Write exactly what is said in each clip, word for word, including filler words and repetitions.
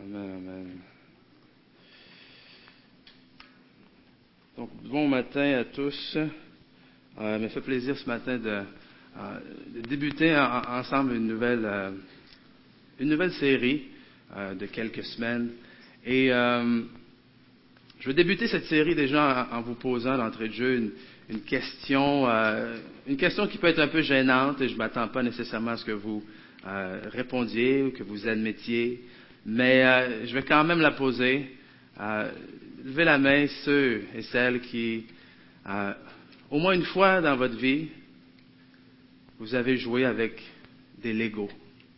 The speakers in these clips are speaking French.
Amen, amen. Donc, bon matin à tous. Euh, il m'a fait plaisir ce matin de, euh, de débuter en, ensemble une nouvelle, euh, une nouvelle série euh, de quelques semaines. Et euh, je vais débuter cette série déjà en, en vous posant d'entrée de jeu une, une question, euh, une question qui peut être un peu gênante, et je ne m'attends pas nécessairement à ce que vous euh, répondiez ou que vous admettiez, mais euh, je vais quand même la poser. Euh, levez la main ceux et celles qui, euh, au moins une fois dans votre vie, vous avez joué avec des Legos.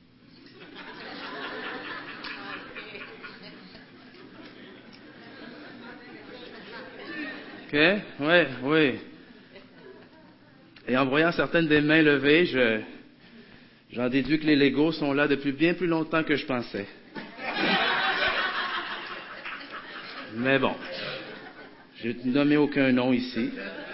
OK? Oui, oui. Et en voyant certaines des mains levées, je, j'en déduis que les Legos sont là depuis bien plus longtemps que je pensais. Mais bon, je n'ai nommé aucun nom ici.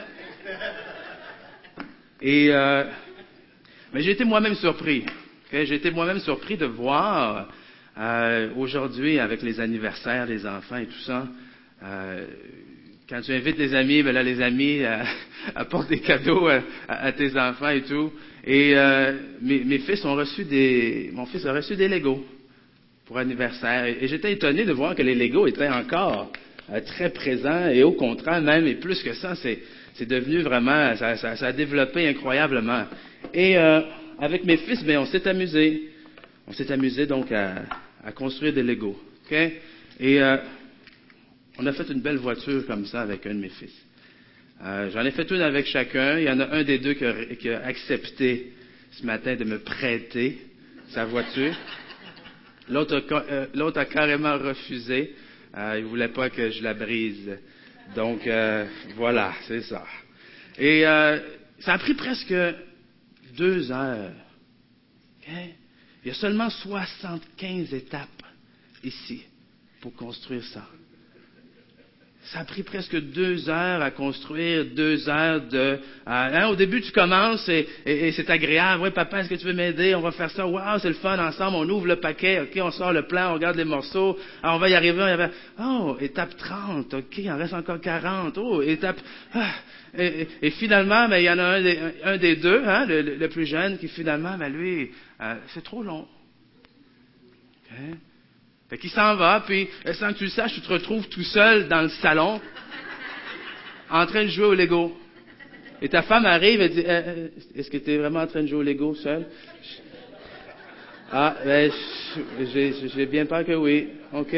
Et euh, mais j'ai été moi-même surpris. Okay? J'ai été moi-même surpris de voir euh, aujourd'hui, avec les anniversaires des enfants et tout ça, euh, quand tu invites les amis, ben là les amis euh, apportent des cadeaux à, à tes enfants et tout. Et euh, mes, mes fils ont reçu des, mon fils a reçu des Legos pour anniversaire. Et, et j'étais étonné de voir que les Legos étaient encore euh, très présents, et au contraire même, et plus que ça, c'est, c'est devenu vraiment, ça, ça, ça a développé incroyablement. Et euh, avec mes fils, ben, on s'est amusé. On s'est amusé donc à, à construire des Legos. Okay? Et euh, on a fait une belle voiture comme ça avec un de mes fils. Euh, j'en ai fait une avec chacun. Il y en a un des deux qui a, qui a accepté ce matin de me prêter sa voiture. L'autre a, euh, l'autre a carrément refusé. Euh, il ne voulait pas que je la brise. Donc, euh, voilà, c'est ça. Et euh, ça a pris presque deux heures. Okay? Il y a seulement soixante-quinze étapes ici pour construire ça. Ça a pris presque deux heures à construire, deux heures de... Euh, hein, au début, tu commences et, et, et c'est agréable. Oui, papa, est-ce que tu veux m'aider? On va faire ça. Waouh, c'est le fun ensemble. On ouvre le paquet. OK, on sort le plan, on regarde les morceaux. Ah, on va y arriver. On y va... Oh, étape trente. OK, il en reste encore quarante. Oh, étape... Ah, et, et, et finalement, ben, il y en a un des, un, un des deux, hein, le, le, le plus jeune, qui finalement, ben, lui, euh, c'est trop long. OK? Fait qu'il s'en va, puis sans que tu le saches, tu te retrouves tout seul dans le salon, en train de jouer au Lego. Et ta femme arrive et dit, euh, est-ce que tu es vraiment en train de jouer au Lego seul? Ah, ben, j'ai, j'ai bien peur que oui. OK?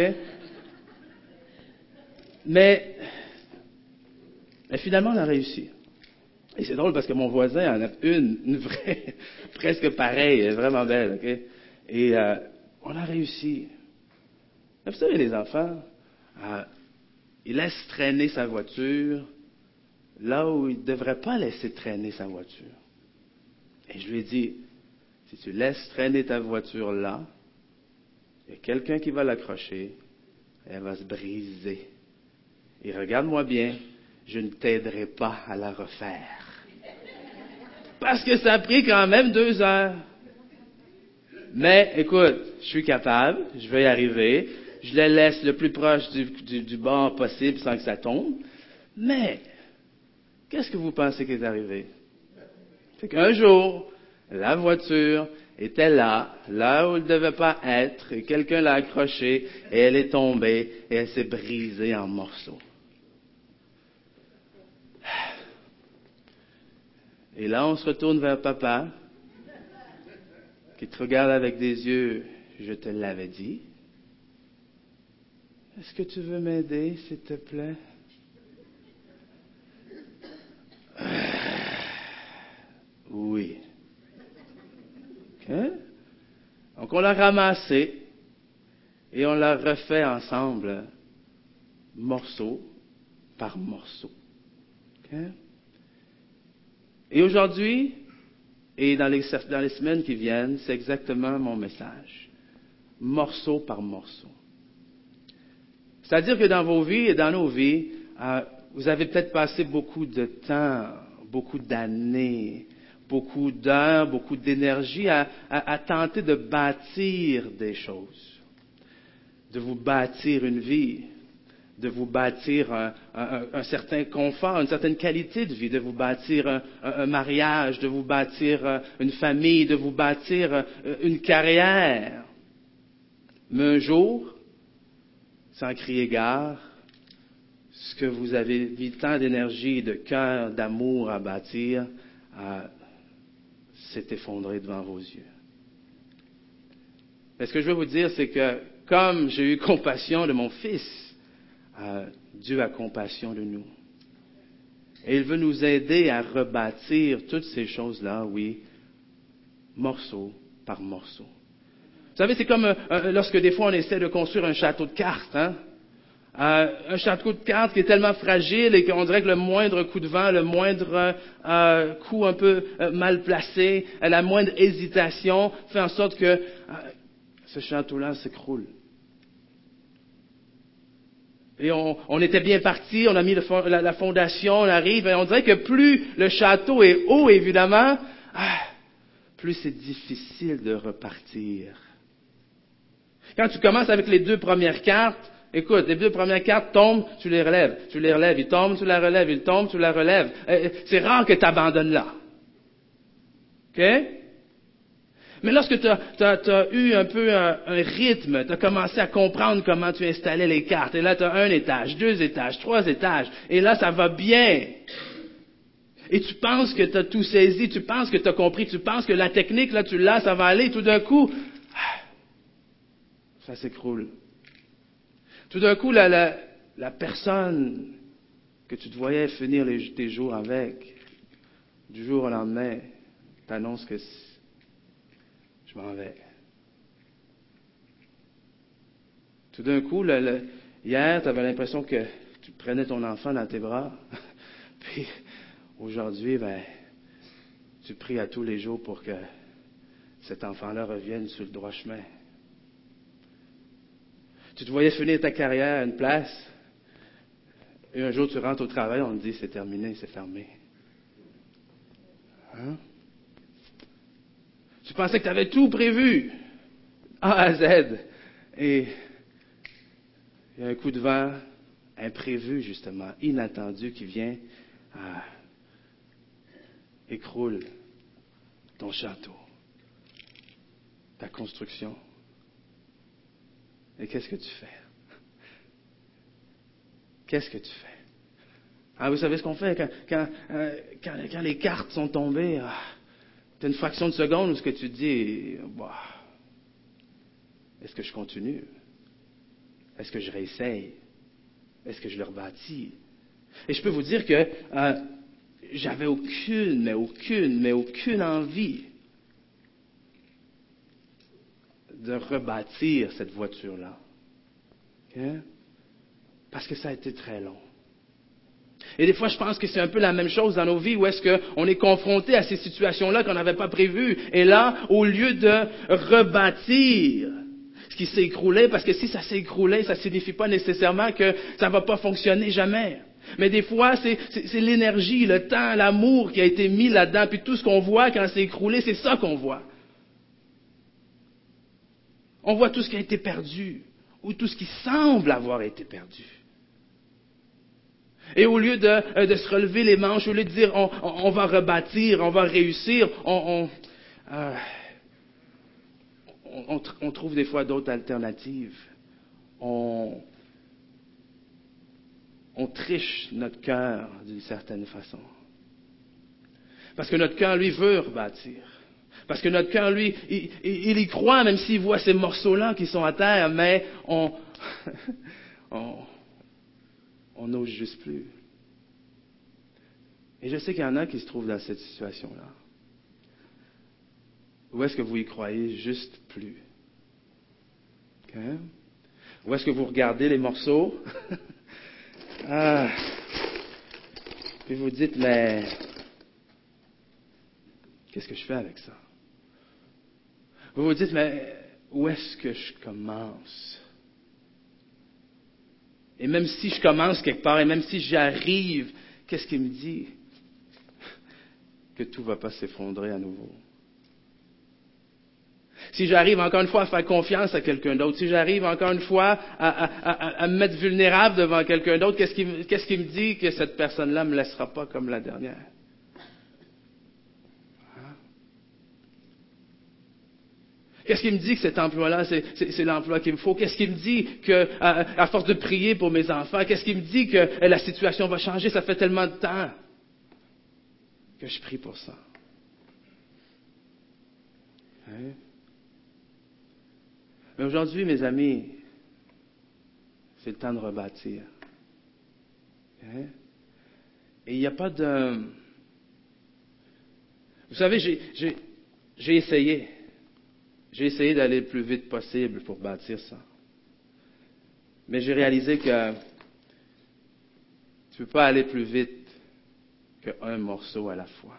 Mais, mais finalement, on a réussi. Et c'est drôle parce que mon voisin en a une, une vraie, presque pareille, elle est vraiment belle, OK? Et euh, on a réussi. Vous savez, les enfants, euh, ils laissent traîner sa voiture là où il ne devrait pas laisser traîner sa voiture. Et je lui ai dit, si tu laisses traîner ta voiture là, il y a quelqu'un qui va l'accrocher, et elle va se briser. Et regarde-moi bien, je ne t'aiderai pas à la refaire. Parce que ça a pris quand même deux heures. Mais, écoute, je suis capable, je vais y arriver. Je la laisse le plus proche du, du, du bord possible sans que ça tombe. Mais, qu'est-ce que vous pensez qui est arrivé? C'est qu'un jour, la voiture était là, là où elle ne devait pas être, et quelqu'un l'a accrochée, et elle est tombée, et elle s'est brisée en morceaux. Et là, on se retourne vers papa, qui te regarde avec des yeux, je te l'avais dit. Est-ce que tu veux m'aider, s'il te plaît? Euh, oui. OK? Donc, on l'a ramassé et on l'a refait ensemble, morceau par morceau. OK? Et aujourd'hui, et dans les, dans les semaines qui viennent, c'est exactement mon message. Morceau par morceau. C'est-à-dire que dans vos vies et dans nos vies, euh, vous avez peut-être passé beaucoup de temps, beaucoup d'années, beaucoup d'heures, beaucoup d'énergie à, à, à tenter de bâtir des choses. de vous bâtir une vie, de vous bâtir un, un, un certain confort, une certaine qualité de vie, de vous bâtir un, un mariage, de vous bâtir une famille, de vous bâtir une carrière. Mais un jour, sans crier gare, ce que vous avez mis tant d'énergie, de cœur, d'amour à bâtir, euh, s'est effondré devant vos yeux. Mais ce que je veux vous dire, c'est que comme j'ai eu compassion de mon fils, euh, Dieu a compassion de nous. Et il veut nous aider à rebâtir toutes ces choses-là, oui, morceau par morceau. Vous savez, c'est comme euh, lorsque des fois on essaie de construire un château de cartes, hein? Euh, un château de cartes qui est tellement fragile et qu'on dirait que le moindre coup de vent, le moindre euh, coup un peu euh, mal placé, la moindre hésitation fait en sorte que euh, ce château-là s'écroule. Et on, on était bien parti, on a mis le, la, la fondation, on arrive, et on dirait que plus le château est haut, évidemment, ah, plus c'est difficile de repartir. Quand tu commences avec les deux premières cartes, écoute, les deux premières cartes tombent, tu les relèves, tu les relèves, ils tombent, tu la relèves, ils tombent, tu la relèves. C'est rare que tu abandonnes là. OK? Mais lorsque tu as eu un peu un, un rythme, tu as commencé à comprendre comment tu installais les cartes, et là tu as un étage, deux étages, trois étages, et là ça va bien. Et tu penses que tu as tout saisi, tu penses que tu as compris, tu penses que la technique, là tu l'as, ça va aller, et tout d'un coup, ça s'écroule. Tout d'un coup, la, la, la personne que tu te voyais finir les, tes jours avec, du jour au lendemain, t'annonce que je m'en vais. Tout d'un coup, le, le, hier, tu avais l'impression que tu prenais ton enfant dans tes bras, puis aujourd'hui, ben, tu pries à tous les jours pour que cet enfant-là revienne sur le droit chemin. Tu te voyais finir ta carrière à une place, et un jour tu rentres au travail, on te dit c'est terminé, c'est fermé. Hein? Tu pensais que tu avais tout prévu, A à Z, et il y a un coup de vent imprévu, justement, inattendu, qui vient, ah, écroule ton château, ta construction. Et qu'est-ce que tu fais? Qu'est-ce que tu fais? Ah, vous savez ce qu'on fait quand, quand, euh, quand, quand les cartes sont tombées? Ah, tu as une fraction de seconde où ce que tu te dis, bah, est-ce que je continue? Est-ce que je réessaye? Est-ce que je le rebâtis? Et je peux vous dire que euh, j'avais aucune, mais aucune, mais aucune envie de rebâtir cette voiture-là. Okay? Parce que ça a été très long. Et des fois, je pense que c'est un peu la même chose dans nos vies, où est-ce qu'on est confronté à ces situations-là qu'on n'avait pas prévues. Et là, au lieu de rebâtir ce qui s'est écroulé, parce que si ça s'est écroulé, ça ne signifie pas nécessairement que ça ne va pas fonctionner jamais. Mais des fois, c'est, c'est, c'est l'énergie, le temps, l'amour qui a été mis là-dedans, puis tout ce qu'on voit quand c'est écroulé, c'est ça qu'on voit. On voit tout ce qui a été perdu, ou tout ce qui semble avoir été perdu. Et au lieu de, de se relever les manches, au lieu de dire on, on, on va rebâtir, on va réussir, on, on, euh, on, on trouve des fois d'autres alternatives. On, on triche notre cœur d'une certaine façon. Parce que notre cœur, lui, veut rebâtir. Parce que notre cœur, lui, il, il, il y croit, même s'il voit ces morceaux-là qui sont à terre, mais on on, on n'ose juste plus. Et je sais qu'il y en a qui se trouvent dans cette situation-là. Où est-ce que vous y croyez juste plus? Okay? Où est-ce que vous regardez les morceaux? ah. Puis vous dites, mais qu'est-ce que je fais avec ça? Vous vous dites, mais où est-ce que je commence? Et même si je commence quelque part, et même si j'arrive, qu'est-ce qui me dit que tout ne va pas s'effondrer à nouveau? Si j'arrive encore une fois à faire confiance à quelqu'un d'autre, si j'arrive encore une fois à, à, à, à me mettre vulnérable devant quelqu'un d'autre, qu'est-ce qui, qu'est-ce qui me dit que cette personne-là ne me laissera pas comme la dernière? Hein? Qu'est-ce qui me dit que cet emploi-là, c'est, c'est, c'est l'emploi qu'il me faut? Qu'est-ce qui me dit que, à, à force de prier pour mes enfants, qu'est-ce qui me dit que la situation va changer? Ça fait tellement de temps que je prie pour ça. Hein? Mais aujourd'hui, mes amis, c'est le temps de rebâtir. Hein? Et il n'y a pas de... Vous savez, j'ai, j'ai, j'ai essayé. J'ai essayé d'aller le plus vite possible pour bâtir ça. Mais j'ai réalisé que tu ne peux pas aller plus vite qu'un morceau à la fois.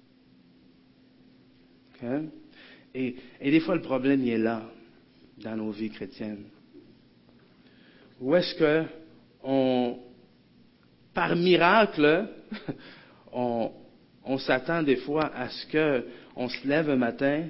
Okay? Et, et des fois, le problème, il est là, dans nos vies chrétiennes. Où est-ce que, on, par miracle, on, on s'attend des fois à ce qu'on se lève un matin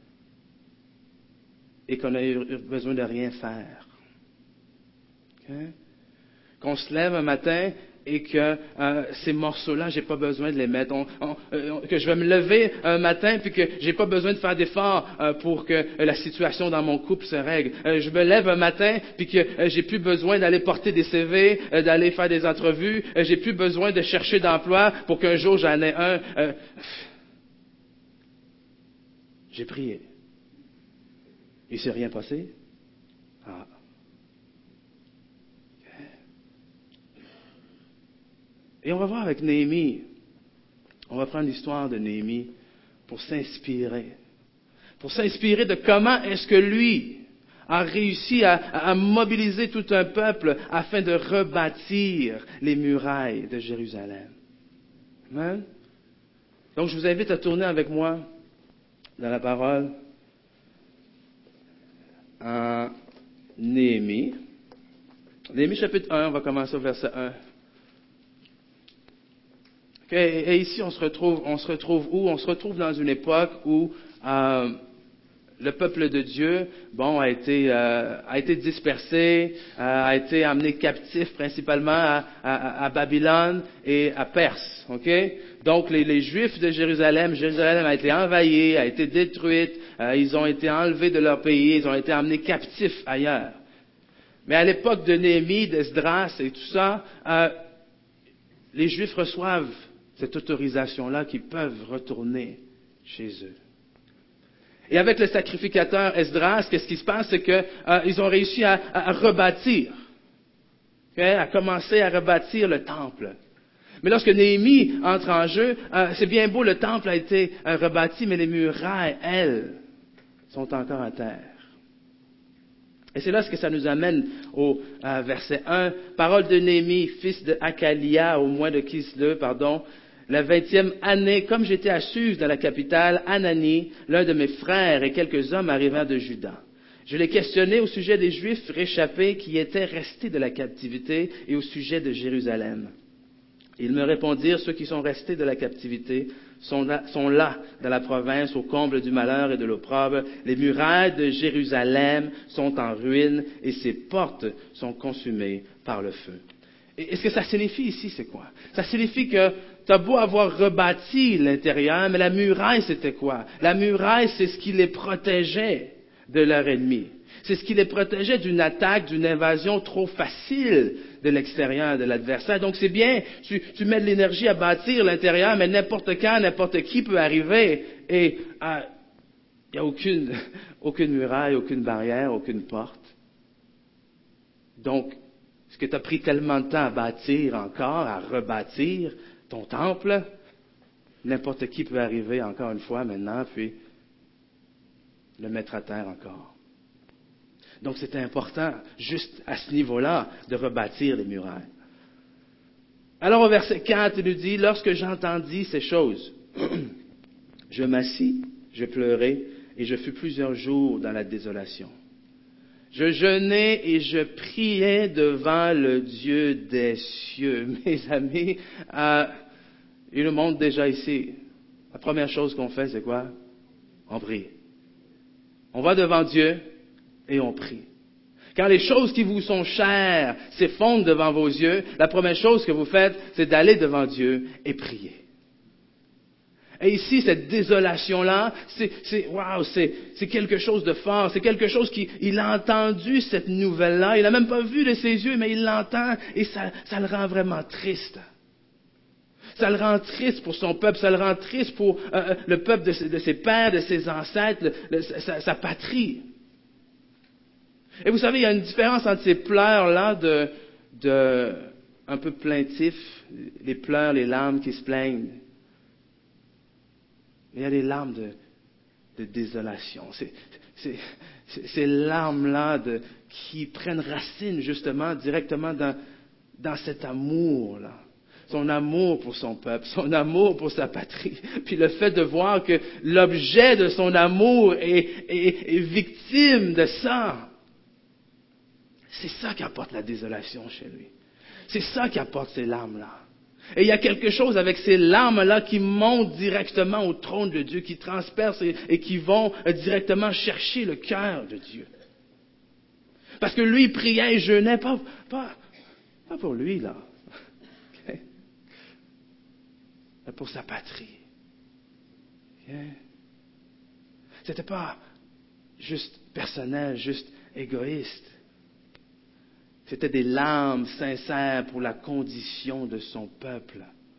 et qu'on ait besoin de rien faire. Okay? Qu'on se lève un matin et que euh, ces morceaux-là, j'ai pas besoin de les mettre. On, on, euh, que je vais me lever un matin puis que j'ai pas besoin de faire d'efforts euh, pour que euh, la situation dans mon couple se règle. Euh, je me lève un matin puis que euh, j'ai plus besoin d'aller porter des C V, euh, d'aller faire des entrevues. Euh, j'ai plus besoin de chercher d'emploi pour qu'un jour j'en ai un. Euh, j'ai prié. Il s'est rien passé? Ah. Et on va voir avec Néhémie, on va prendre l'histoire de Néhémie pour s'inspirer. Pour s'inspirer de comment est-ce que lui a réussi à, à mobiliser tout un peuple afin de rebâtir les murailles de Jérusalem. Amen? Donc je vous invite à tourner avec moi dans la parole en Néhémie. Néhémie chapitre un, on va commencer au verset un. Et ici, on se retrouve, on se retrouve où? On se retrouve dans une époque où euh, le peuple de Dieu, bon, a été, euh, a été dispersé, euh, a été amené captif principalement à, à, à Babylone et à Perse. Ok? Donc, les, les Juifs de Jérusalem, Jérusalem a été envahie, a été détruite, euh, ils ont été enlevés de leur pays, ils ont été amenés captifs ailleurs. Mais à l'époque de Néhémie, d'Esdras et tout ça, euh, les Juifs reçoivent cette autorisation-là qu'ils peuvent retourner chez eux. Et avec le sacrificateur Esdras, qu'est-ce qui se passe? C'est qu'ils euh, ont réussi à, à, à rebâtir, okay? À commencer à rebâtir le temple. Mais lorsque Néhémie entre en jeu, euh, c'est bien beau, le temple a été euh, rebâti, mais les murailles, elles, sont encore à terre. Et c'est là ce que ça nous amène au euh, verset un. Parole de Néhémie, fils de Hakalia, au mois de Kisle, pardon, la vingtième année, comme j'étais à Suse, dans la capitale, Anani, l'un de mes frères et quelques hommes arrivèrent de Juda. Je les questionnai au sujet des Juifs réchappés qui étaient restés de la captivité et au sujet de Jérusalem. Ils me répondirent, ceux qui sont restés de la captivité sont là, sont là, dans la province, au comble du malheur et de l'opprobre. Les murailles de Jérusalem sont en ruine et ses portes sont consumées par le feu. Et, et ce que ça signifie ici, c'est quoi? Ça signifie que tu as beau avoir rebâti l'intérieur, mais la muraille, c'était quoi? La muraille, c'est ce qui les protégeait de leur ennemi. C'est ce qui les protégeait d'une attaque, d'une invasion trop facile de l'extérieur de l'adversaire. Donc c'est bien, tu, tu mets de l'énergie à bâtir l'intérieur, mais n'importe quand, n'importe qui peut arriver et il n'y a aucune, aucune muraille, aucune barrière, aucune porte. Donc, ce que tu as pris tellement de temps à bâtir encore, à rebâtir ton temple, n'importe qui peut arriver encore une fois maintenant, puis le mettre à terre encore. Donc, c'était important, juste à ce niveau-là, de rebâtir les murailles. Alors, au verset quatre, il nous dit, « Lorsque j'entendis ces choses, je m'assis, je pleurai, et je fus plusieurs jours dans la désolation. Je jeûnais et je priais devant le Dieu des cieux. » Mes amis, euh, il nous montre déjà ici, la première chose qu'on fait, c'est quoi? On prie. On va devant Dieu et on prie. Quand les choses qui vous sont chères s'effondrent devant vos yeux, la première chose que vous faites, c'est d'aller devant Dieu et prier. Et ici, cette désolation-là, c'est, c'est, wow, c'est, c'est quelque chose de fort. C'est quelque chose qui, il a entendu cette nouvelle-là. Il n'a même pas vu de ses yeux, mais il l'entend et ça, ça le rend vraiment triste. Ça le rend triste pour son peuple, ça le rend triste pour euh, le peuple de ses, de ses pères, de ses ancêtres, le, le, sa, sa patrie. Et vous savez, il y a une différence entre ces pleurs-là de, de un peu plaintifs, les pleurs, les larmes qui se plaignent. Il y a des larmes de, de désolation. C'est, c'est, c'est, ces larmes-là de, qui prennent racine justement directement dans, dans cet amour-là. Son amour pour son peuple, son amour pour sa patrie. Puis le fait de voir que l'objet de son amour est, est, est victime de ça. C'est ça qui apporte la désolation chez lui. C'est ça qui apporte ces larmes-là. Et il y a quelque chose avec ces larmes-là qui montent directement au trône de Dieu, qui transpercent et, et qui vont directement chercher le cœur de Dieu. Parce que lui, il priait et jeûnait, pas, pas, pas pour lui, là. Okay. Mais pour sa patrie. Okay. C'était pas juste personnel, juste égoïste. C'était des larmes sincères pour la condition de son peuple.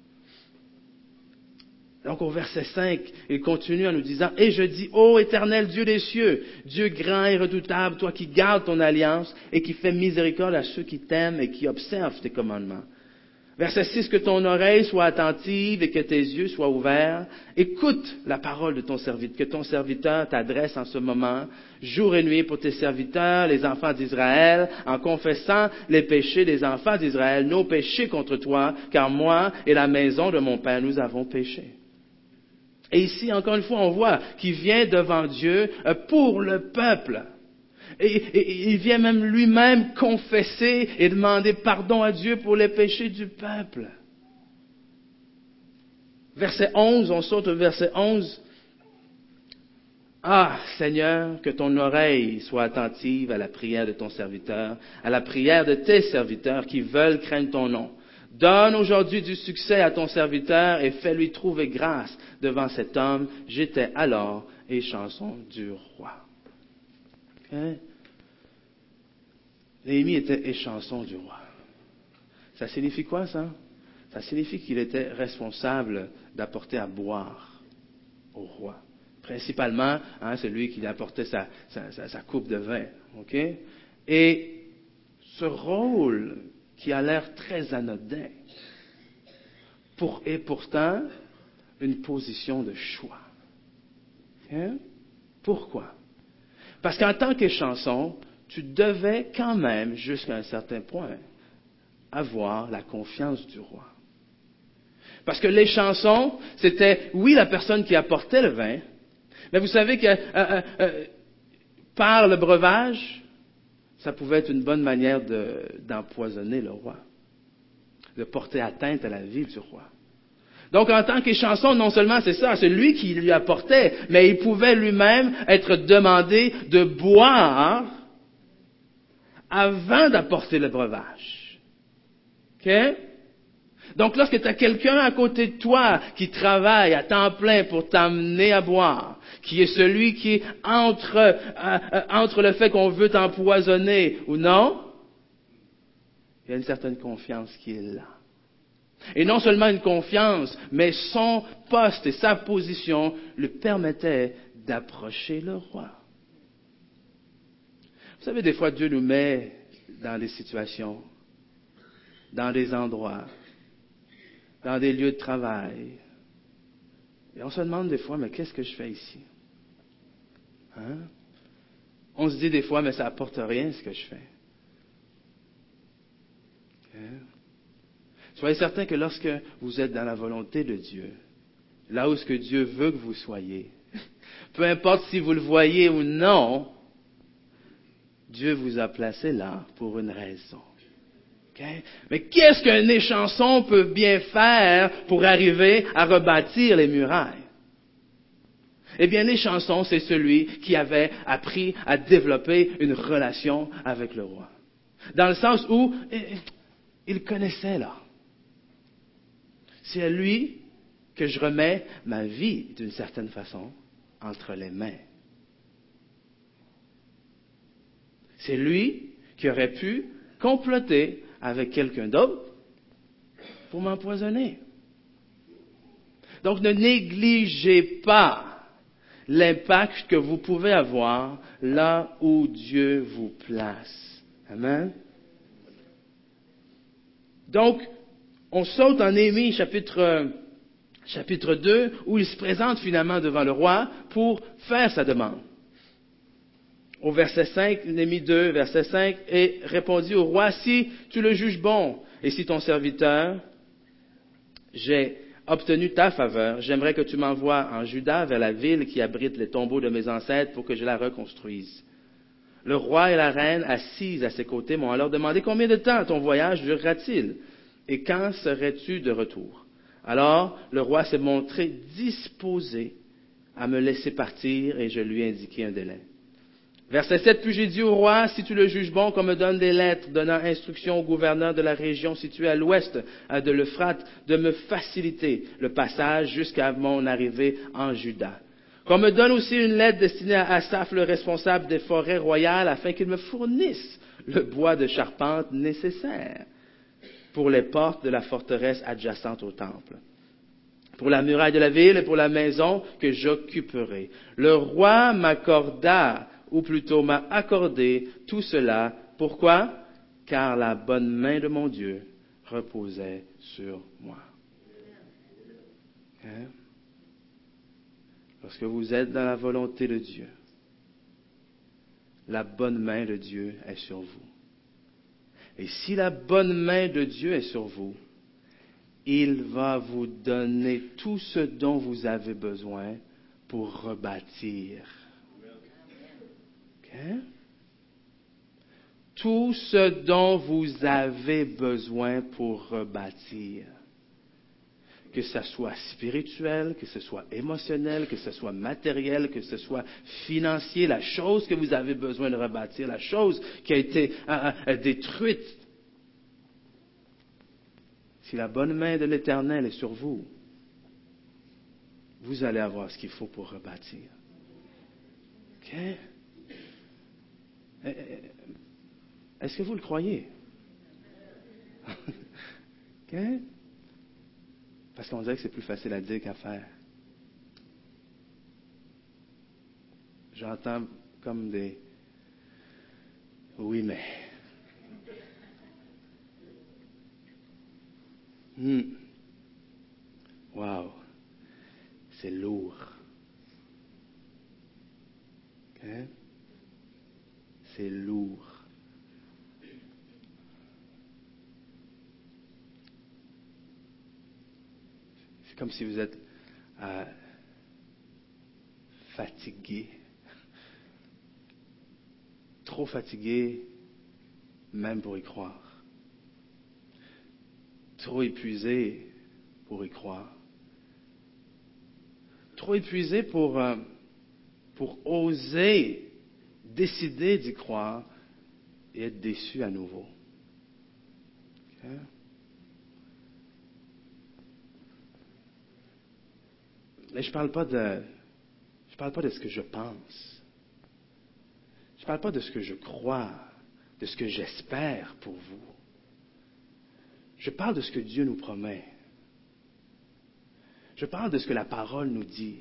Donc au verset cinq, il continue en nous disant, « Et je dis, ô Éternel Dieu des cieux, Dieu grand et redoutable, toi qui gardes ton alliance et qui fais miséricorde à ceux qui t'aiment et qui observent tes commandements. » Verset six, « Que ton oreille soit attentive et que tes yeux soient ouverts. Écoute la parole de ton serviteur, que ton serviteur t'adresse en ce moment, jour et nuit pour tes serviteurs, les enfants d'Israël, en confessant les péchés des enfants d'Israël, nos péchés contre toi, car moi et la maison de mon Père, nous avons péché. » Et ici, encore une fois, on voit qu'il vient devant Dieu pour le peuple. Et, et, et il vient même lui-même confesser et demander pardon à Dieu pour les péchés du peuple. Verset onze, on saute au verset onze. « Ah, Seigneur, que ton oreille soit attentive à la prière de ton serviteur, à la prière de tes serviteurs qui veulent craindre ton nom. Donne aujourd'hui du succès à ton serviteur et fais-lui trouver grâce devant cet homme. J'étais alors et chanson du roi. » Okay? Néhémie était échanson du roi. Ça signifie quoi, ça? Ça signifie qu'il était responsable d'apporter à boire au roi. Principalement, hein, c'est lui qui apportait sa, sa, sa, sa coupe de vin. Okay? Et ce rôle qui a l'air très anodin pour, est pourtant une position de choix. Okay? Pourquoi? Parce qu'en tant qu'échanson, tu devais quand même, jusqu'à un certain point, avoir la confiance du roi. Parce que l'échanson, c'était, oui, la personne qui apportait le vin, mais vous savez que euh, euh, euh, par le breuvage, ça pouvait être une bonne manière de, d'empoisonner le roi, de porter atteinte à la vie du roi. Donc, en tant qu'échanson, non seulement c'est ça, c'est lui qui lui apportait, mais il pouvait lui-même être demandé de boire avant d'apporter le breuvage. OK? Donc, lorsque tu as quelqu'un à côté de toi qui travaille à temps plein pour t'amener à boire, qui est celui qui est entre, euh, euh, entre le fait qu'on veut t'empoisonner ou non, il y a une certaine confiance qui est là. Et non seulement une confiance, mais son poste et sa position lui permettaient d'approcher le roi. Vous savez, des fois, Dieu nous met dans des situations, dans des endroits, dans des lieux de travail. Et on se demande des fois, mais qu'est-ce que je fais ici? Hein? On se dit des fois, mais ça n'apporte rien ce que je fais. Okay? Soyez certain que lorsque vous êtes dans la volonté de Dieu, là où ce que Dieu veut que vous soyez, peu importe si vous le voyez ou non, Dieu vous a placé là pour une raison. Okay? Mais qu'est-ce qu'un échanson peut bien faire pour arriver à rebâtir les murailles? Eh bien, les chansons, c'est celui qui avait appris à développer une relation avec le roi. Dans le sens où il connaissait là. C'est à lui que je remets ma vie, d'une certaine façon, entre les mains. C'est lui qui aurait pu comploter avec quelqu'un d'autre pour m'empoisonner. Donc, ne négligez pas l'impact que vous pouvez avoir là où Dieu vous place. Amen. Donc, on saute en Néhémie chapitre, chapitre deux, où il se présente finalement devant le roi pour faire sa demande. Au verset cinq, Néhémie deux, verset cinq, et répondit au roi, si tu le juges bon, et si ton serviteur, j'ai obtenu ta faveur, j'aimerais que tu m'envoies en Juda vers la ville qui abrite les tombeaux de mes ancêtres pour que je la reconstruise. Le roi et la reine, assises à ses côtés, m'ont alors demandé combien de temps ton voyage durera-t-il et quand serais-tu de retour? Alors le roi s'est montré disposé à me laisser partir et je lui ai indiqué un délai. Verset sept, puis j'ai dit au roi, si tu le juges bon, qu'on me donne des lettres donnant instruction au gouverneur de la région située à l'ouest de l'Euphrate de me faciliter le passage jusqu'à mon arrivée en Juda. Qu'on me donne aussi une lettre destinée à Asaph, le responsable des forêts royales, afin qu'il me fournisse le bois de charpente nécessaire pour les portes de la forteresse adjacente au temple, pour la muraille de la ville et pour la maison que j'occuperai. Le roi m'accorda, ou plutôt m'a accordé tout cela. Pourquoi? Car la bonne main de mon Dieu reposait sur moi. Hein? Lorsque vous êtes dans la volonté de Dieu, la bonne main de Dieu est sur vous. Et si la bonne main de Dieu est sur vous, il va vous donner tout ce dont vous avez besoin pour rebâtir. Okay? Tout ce dont vous avez besoin pour rebâtir. Que ce soit spirituel, que ce soit émotionnel, que ce soit matériel, que ce soit financier, la chose que vous avez besoin de rebâtir, la chose qui a été euh, euh, détruite. Si la bonne main de l'Éternel est sur vous, vous allez avoir ce qu'il faut pour rebâtir. OK? Est-ce que vous le croyez? OK? Parce qu'on dirait que c'est plus facile à dire qu'à faire. J'entends comme des oui, mais. Hmm. Wow. C'est lourd. OK? C'est lourd. C'est comme si vous êtes euh, fatigué. Trop fatigué, même pour y croire. Trop épuisé pour y croire. Trop épuisé pour, euh, pour oser décider d'y croire et être déçu à nouveau. Okay? Mais je ne parle pas de, je parle pas de ce que je pense. Je ne parle pas de ce que je crois, de ce que j'espère pour vous. Je parle de ce que Dieu nous promet. Je parle de ce que la parole nous dit.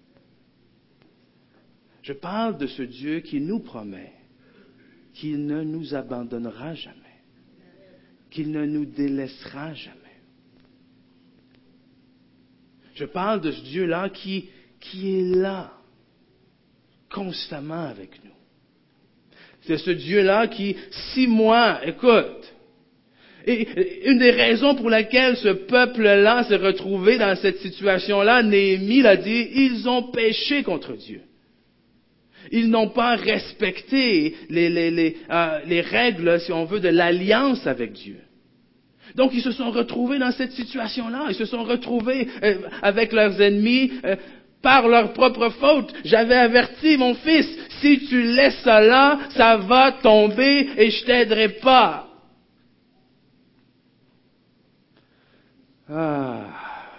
Je parle de ce Dieu qui nous promet qu'il ne nous abandonnera jamais, qu'il ne nous délaissera jamais. Je parle de ce Dieu-là qui, qui est là, constamment avec nous. C'est ce Dieu-là qui, si moi, écoute, et une des raisons pour laquelle ce peuple-là s'est retrouvé dans cette situation-là, Néhémie l'a dit, ils ont péché contre Dieu. Ils n'ont pas respecté les, les, les, euh, les règles, si on veut, de l'alliance avec Dieu. Donc, ils se sont retrouvés dans cette situation-là. Ils se sont retrouvés euh, avec leurs ennemis, euh, par leur propre faute. J'avais averti mon fils, si tu laisses ça là, ça va tomber et je t'aiderai pas. Ah.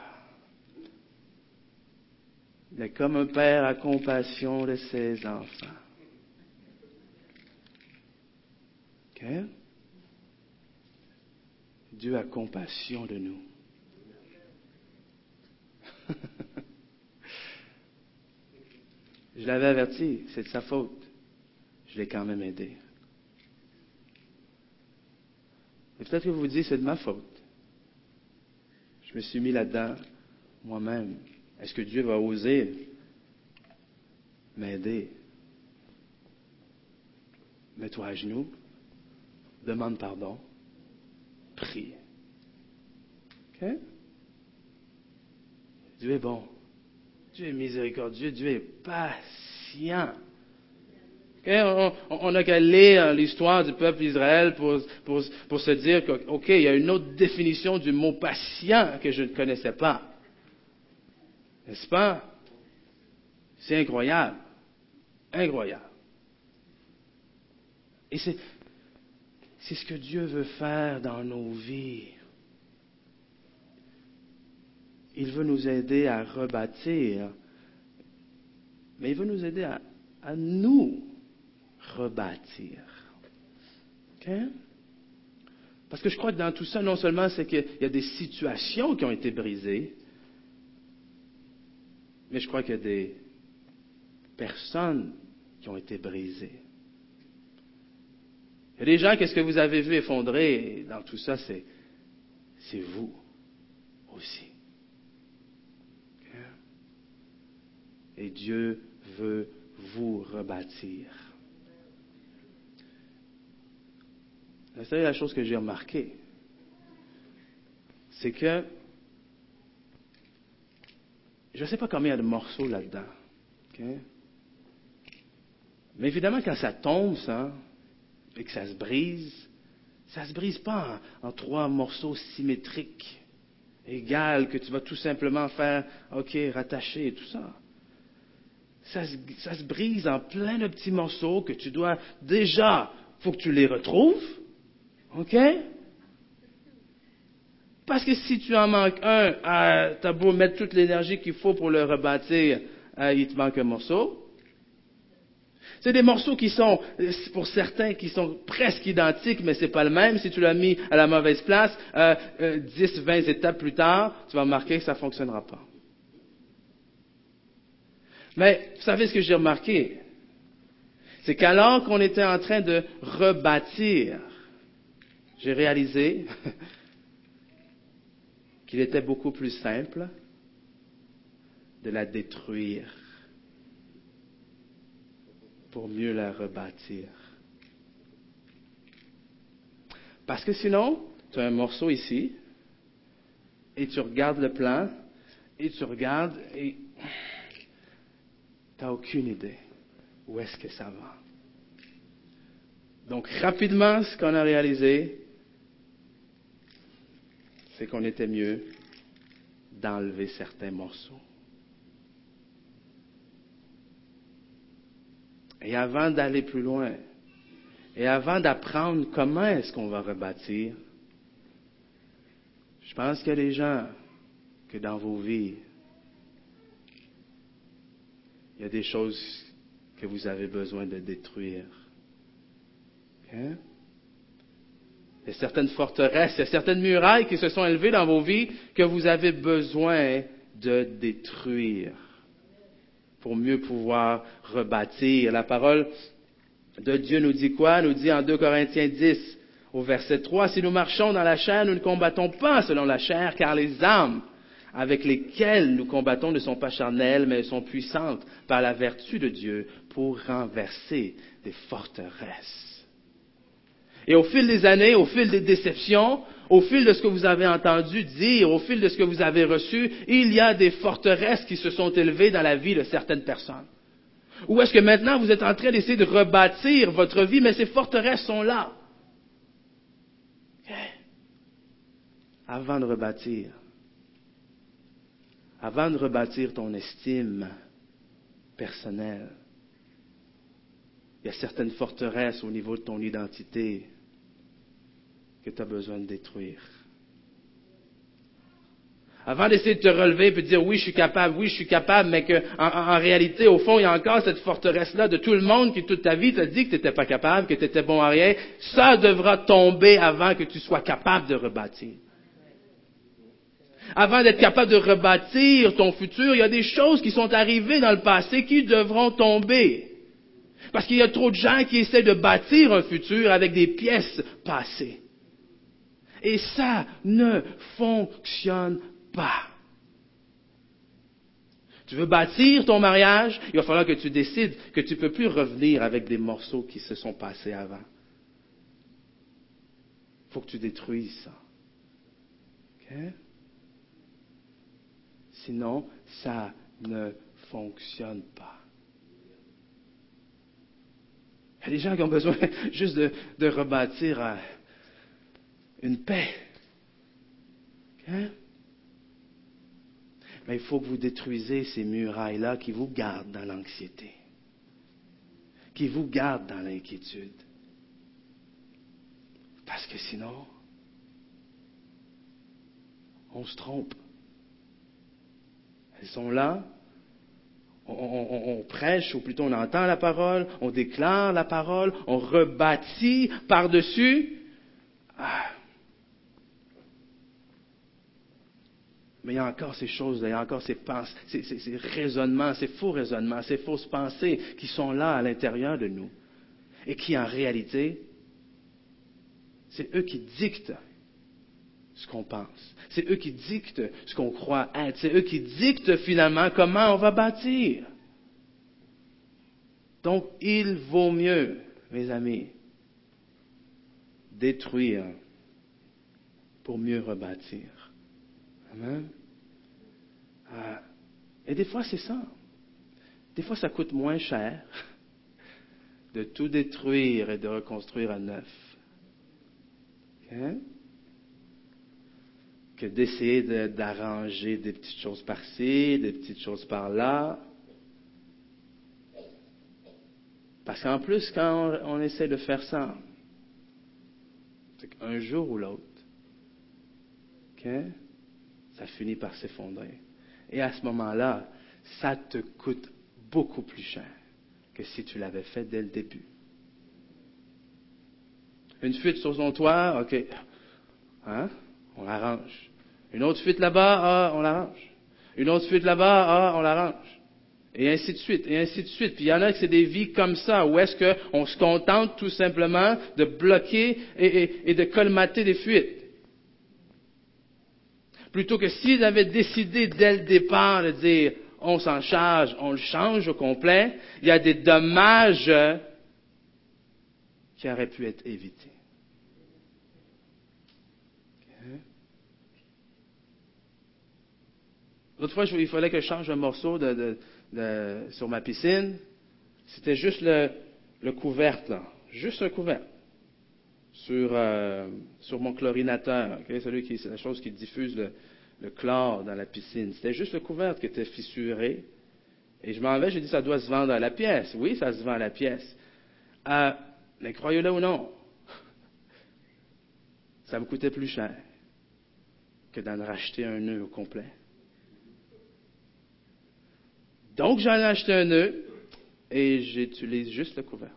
Il est comme un père a compassion de ses enfants. OK? Dieu a compassion de nous. Je l'avais averti, c'est de sa faute. Je l'ai quand même aidé. Et peut-être que vous vous dites, c'est de ma faute. Je me suis mis là-dedans moi-même. Est-ce que Dieu va oser m'aider? Mets-toi à genoux, demande pardon, prie. OK? Dieu est bon. Dieu est miséricordieux. Dieu est patient. Okay? On, on n'a qu'à lire l'histoire du peuple d'Israël pour, pour, pour se dire que, OK, il y a une autre définition du mot patient que je ne connaissais pas. N'est-ce pas? C'est incroyable. Incroyable. Et c'est, c'est ce que Dieu veut faire dans nos vies. Il veut nous aider à rebâtir, mais il veut nous aider à, à nous rebâtir. OK? Parce que je crois que dans tout ça, non seulement c'est qu'il y a des situations qui ont été brisées, mais je crois qu'il y a des personnes qui ont été brisées. Il y a des gens, qu'est-ce que vous avez vu effondrer dans tout ça, c'est, c'est vous aussi. Okay? Et Dieu veut vous rebâtir. Vous savez, la chose que j'ai remarquée, c'est que je ne sais pas combien il y a de morceaux là-dedans. Okay? Mais évidemment, quand ça tombe, ça, et que ça se brise, ça ne se brise pas en, en trois morceaux symétriques, égales, que tu vas tout simplement faire, OK, rattacher et tout ça. Ça se, ça se brise en plein de petits morceaux que tu dois, déjà, il faut que tu les retrouves, OK? Parce que si tu en manques un, euh, tu as beau mettre toute l'énergie qu'il faut pour le rebâtir, euh, il te manque un morceau. C'est des morceaux qui sont, pour certains, qui sont presque identiques, mais c'est pas le même. Si tu l'as mis à la mauvaise place, euh, euh, dix, vingt étapes plus tard, tu vas remarquer que ça ne fonctionnera pas. Mais vous savez ce que j'ai remarqué? C'est qu'alors qu'on était en train de rebâtir, j'ai réalisé qu'il était beaucoup plus simple de la détruire pour mieux la rebâtir. Parce que sinon, tu as un morceau ici, et tu regardes le plan, et tu regardes, et tu n'as aucune idée où est-ce que ça va. Donc, rapidement, ce qu'on a réalisé, c'est qu'on était mieux d'enlever certains morceaux. Et avant d'aller plus loin, et avant d'apprendre comment est-ce qu'on va rebâtir, je pense qu'il y a des gens que dans vos vies, il y a des choses que vous avez besoin de détruire. Okay? Il y a certaines forteresses, il y a certaines murailles qui se sont élevées dans vos vies que vous avez besoin de détruire pour mieux pouvoir rebâtir. La parole de Dieu nous dit quoi? Nous dit en deux Corinthiens dix, au verset trois, « Si nous marchons dans la chair, nous ne combattons pas selon la chair, car les armes avec lesquelles nous combattons ne sont pas charnelles, mais elles sont puissantes par la vertu de Dieu pour renverser des forteresses. » Et au fil des années, au fil des déceptions, au fil de ce que vous avez entendu dire, au fil de ce que vous avez reçu, il y a des forteresses qui se sont élevées dans la vie de certaines personnes. Ou est-ce que maintenant vous êtes en train d'essayer de rebâtir votre vie, mais ces forteresses sont là. Okay. Avant de rebâtir, avant de rebâtir ton estime personnelle, il y a certaines forteresses au niveau de ton identité que tu as besoin de détruire. Avant d'essayer de te relever et de dire oui, je suis capable, oui, je suis capable, mais qu'en en, en réalité, au fond, il y a encore cette forteresse-là de tout le monde qui toute ta vie t'a dit que tu n'étais pas capable, que tu étais bon à rien. Ça devra tomber avant que tu sois capable de rebâtir. Avant d'être capable de rebâtir ton futur, il y a des choses qui sont arrivées dans le passé qui devront tomber. Parce qu'il y a trop de gens qui essaient de bâtir un futur avec des pièces passées. Et ça ne fonctionne pas. Tu veux bâtir ton mariage, il va falloir que tu décides que tu ne peux plus revenir avec des morceaux qui se sont passés avant. Il faut que tu détruises ça. Okay? Sinon, ça ne fonctionne pas. Il y a des gens qui ont besoin juste de, de rebâtir euh, une paix. Okay? Mais il faut que vous détruisez ces murailles-là qui vous gardent dans l'anxiété, qui vous gardent dans l'inquiétude. Parce que sinon, on se trompe. Elles sont là, on, on, on prêche, ou plutôt on entend la parole, on déclare la parole, on rebâtit par-dessus. Ah. Mais il y a encore ces choses, il y a encore ces pensées, ces, ces, ces raisonnements, ces faux raisonnements, ces fausses pensées qui sont là à l'intérieur de nous. Et qui, en réalité, c'est eux qui dictent ce qu'on pense. C'est eux qui dictent ce qu'on croit être. C'est eux qui dictent finalement comment on va bâtir. Donc, il vaut mieux, mes amis, détruire pour mieux rebâtir. Amen. Ah, et des fois, c'est ça. Des fois, ça coûte moins cher de tout détruire et de reconstruire à neuf. Okay? Que d'essayer de, d'arranger des petites choses par-ci, des petites choses par-là. Parce qu'en plus, quand on, on essaie de faire ça, c'est qu'un jour ou l'autre, okay, ça finit par s'effondrer. Et à ce moment-là, ça te coûte beaucoup plus cher que si tu l'avais fait dès le début. Une fuite sur son toit, OK. Hein? On l'arrange. Une autre fuite là-bas, ah, on l'arrange. Une autre fuite là-bas, ah, on l'arrange. Et ainsi de suite, et ainsi de suite. Puis il y en a qui c'est des vies comme ça, où est-ce qu'on se contente tout simplement de bloquer et, et, et de colmater des fuites. Plutôt que s'ils avaient décidé dès le départ de dire, on s'en charge, on le change au complet, il y a des dommages qui auraient pu être évités. Okay. L'autre fois, il fallait que je change un morceau de, de, de, sur ma piscine. C'était juste le, le couvercle, là. Juste un couvercle. Sur, euh, sur mon chlorinateur, okay? Celui qui, c'est la chose qui diffuse le, le chlore dans la piscine. C'était juste le couvercle qui était fissuré. Et je m'en vais, j'ai dit, ça doit se vendre à la pièce. Oui, ça se vend à la pièce. Euh, mais croyez-le ou non, ça me coûtait plus cher que d'en racheter un nœud au complet. Donc, j'en ai acheté un nœud et j'utilise juste le couvercle.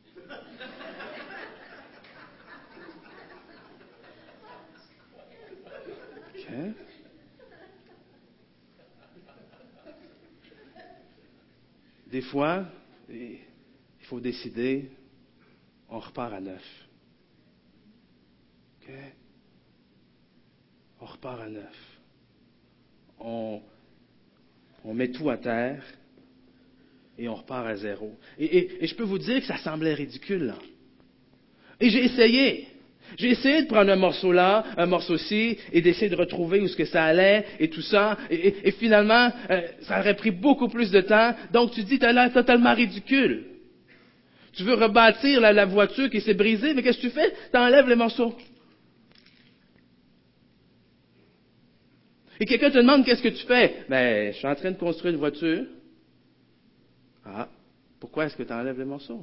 Okay. Des fois, il faut décider, on repart à neuf. Okay. On repart à neuf. On, on met tout à terre et on repart à zéro. Et, et, et je peux vous dire que ça semblait ridicule, là. Et j'ai essayé. J'ai essayé de prendre un morceau là, un morceau-ci, et d'essayer de retrouver où ce que ça allait, et tout ça. Et, et, et finalement, euh, ça aurait pris beaucoup plus de temps. Donc tu dis, tu as l'air totalement ridicule. Tu veux rebâtir la, la voiture qui s'est brisée, mais qu'est-ce que tu fais? Tu enlèves les morceaux. Et quelqu'un te demande qu'est-ce que tu fais? Ben, je suis en train de construire une voiture. Ah, pourquoi est-ce que tu enlèves les morceaux?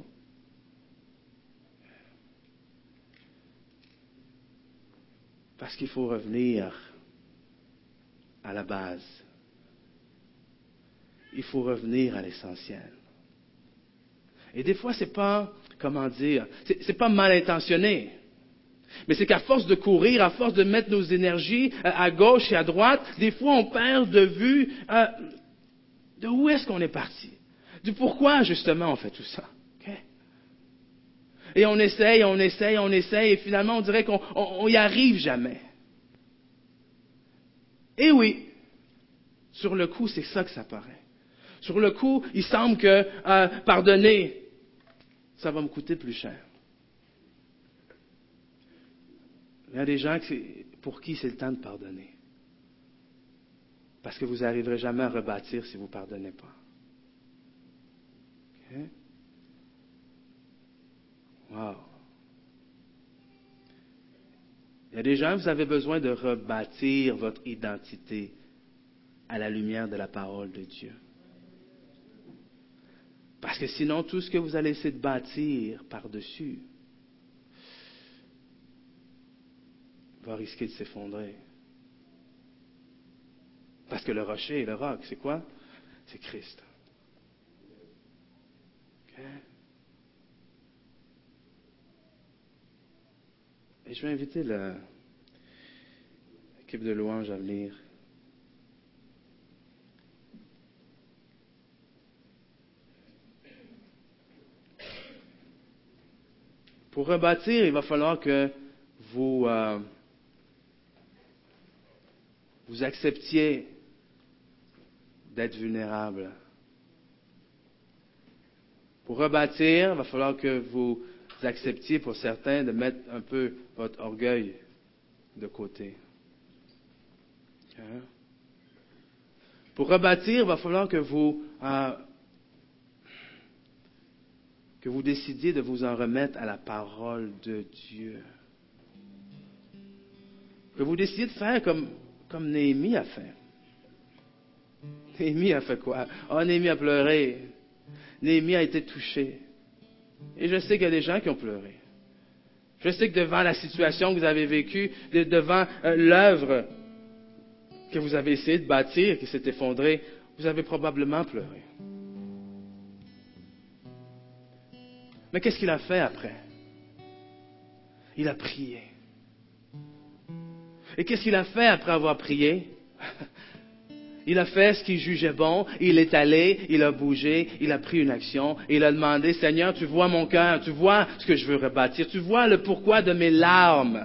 Parce qu'il faut revenir à la base. Il faut revenir à l'essentiel. Et des fois, c'est pas, comment dire, c'est, c'est pas mal intentionné. Mais c'est qu'à force de courir, à force de mettre nos énergies à gauche et à droite, des fois on perd de vue euh, de où est-ce qu'on est parti. Du pourquoi justement on fait tout ça. Okay? Et on essaye, on essaye, on essaye, et finalement on dirait qu'on n'y arrive jamais. Et oui, sur le coup, c'est ça que ça paraît. Sur le coup, il semble que euh, pardonner, ça va me coûter plus cher. Il y a des gens qui, pour qui c'est le temps de pardonner. Parce que vous n'arriverez jamais à rebâtir si vous ne pardonnez pas. Okay? Wow. Il y a des gens, vous avez besoin de rebâtir votre identité à la lumière de la parole de Dieu. Parce que sinon, tout ce que vous allez essayer de bâtir par-dessus va risquer de s'effondrer. Parce que le rocher et le roc, c'est quoi? C'est Christ. Okay? Et je vais inviter le, l'équipe de louange à venir. Pour rebâtir, il va falloir que vous, euh, vous acceptiez d'être vulnérable. Pour rebâtir, il va falloir que vous acceptiez, pour certains, de mettre un peu votre orgueil de côté. Hein? Pour rebâtir, il va falloir que vous, euh, que vous décidiez de vous en remettre à la parole de Dieu. Que vous décidiez de faire comme, comme Néhémie a fait. Néhémie a fait quoi? Oh, Néhémie a pleuré. Néhémie a été touché. Et je sais qu'il y a des gens qui ont pleuré. Je sais que devant la situation que vous avez vécue, de, devant euh, l'œuvre que vous avez essayé de bâtir, qui s'est effondrée, vous avez probablement pleuré. Mais qu'est-ce qu'il a fait après? Il a prié. Et qu'est-ce qu'il a fait après avoir prié? Il a fait ce qu'il jugeait bon, il est allé, il a bougé, il a pris une action, et il a demandé, Seigneur, tu vois mon cœur, tu vois ce que je veux rebâtir, tu vois le pourquoi de mes larmes.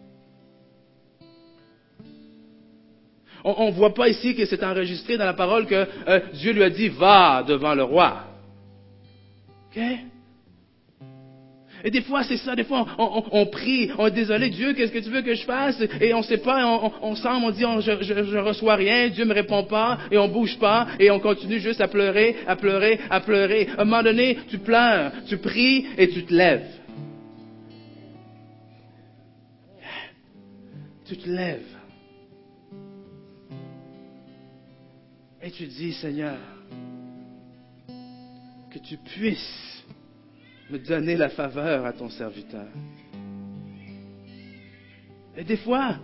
On ne voit pas ici que c'est enregistré dans la parole que euh, Dieu lui a dit, va devant le roi. OK? Et des fois, c'est ça, des fois, on, on, on prie, on est désolé, Dieu, qu'est-ce que tu veux que je fasse? Et on ne sait pas, on, on, on semble, on dit, on, je ne reçois rien, Dieu ne me répond pas, et on ne bouge pas, et on continue juste à pleurer, à pleurer, à pleurer. À un moment donné, tu pleures, tu pries, et tu te lèves. Tu te lèves. Et tu dis, Seigneur, que tu puisses me donner la faveur à ton serviteur. Et des fois,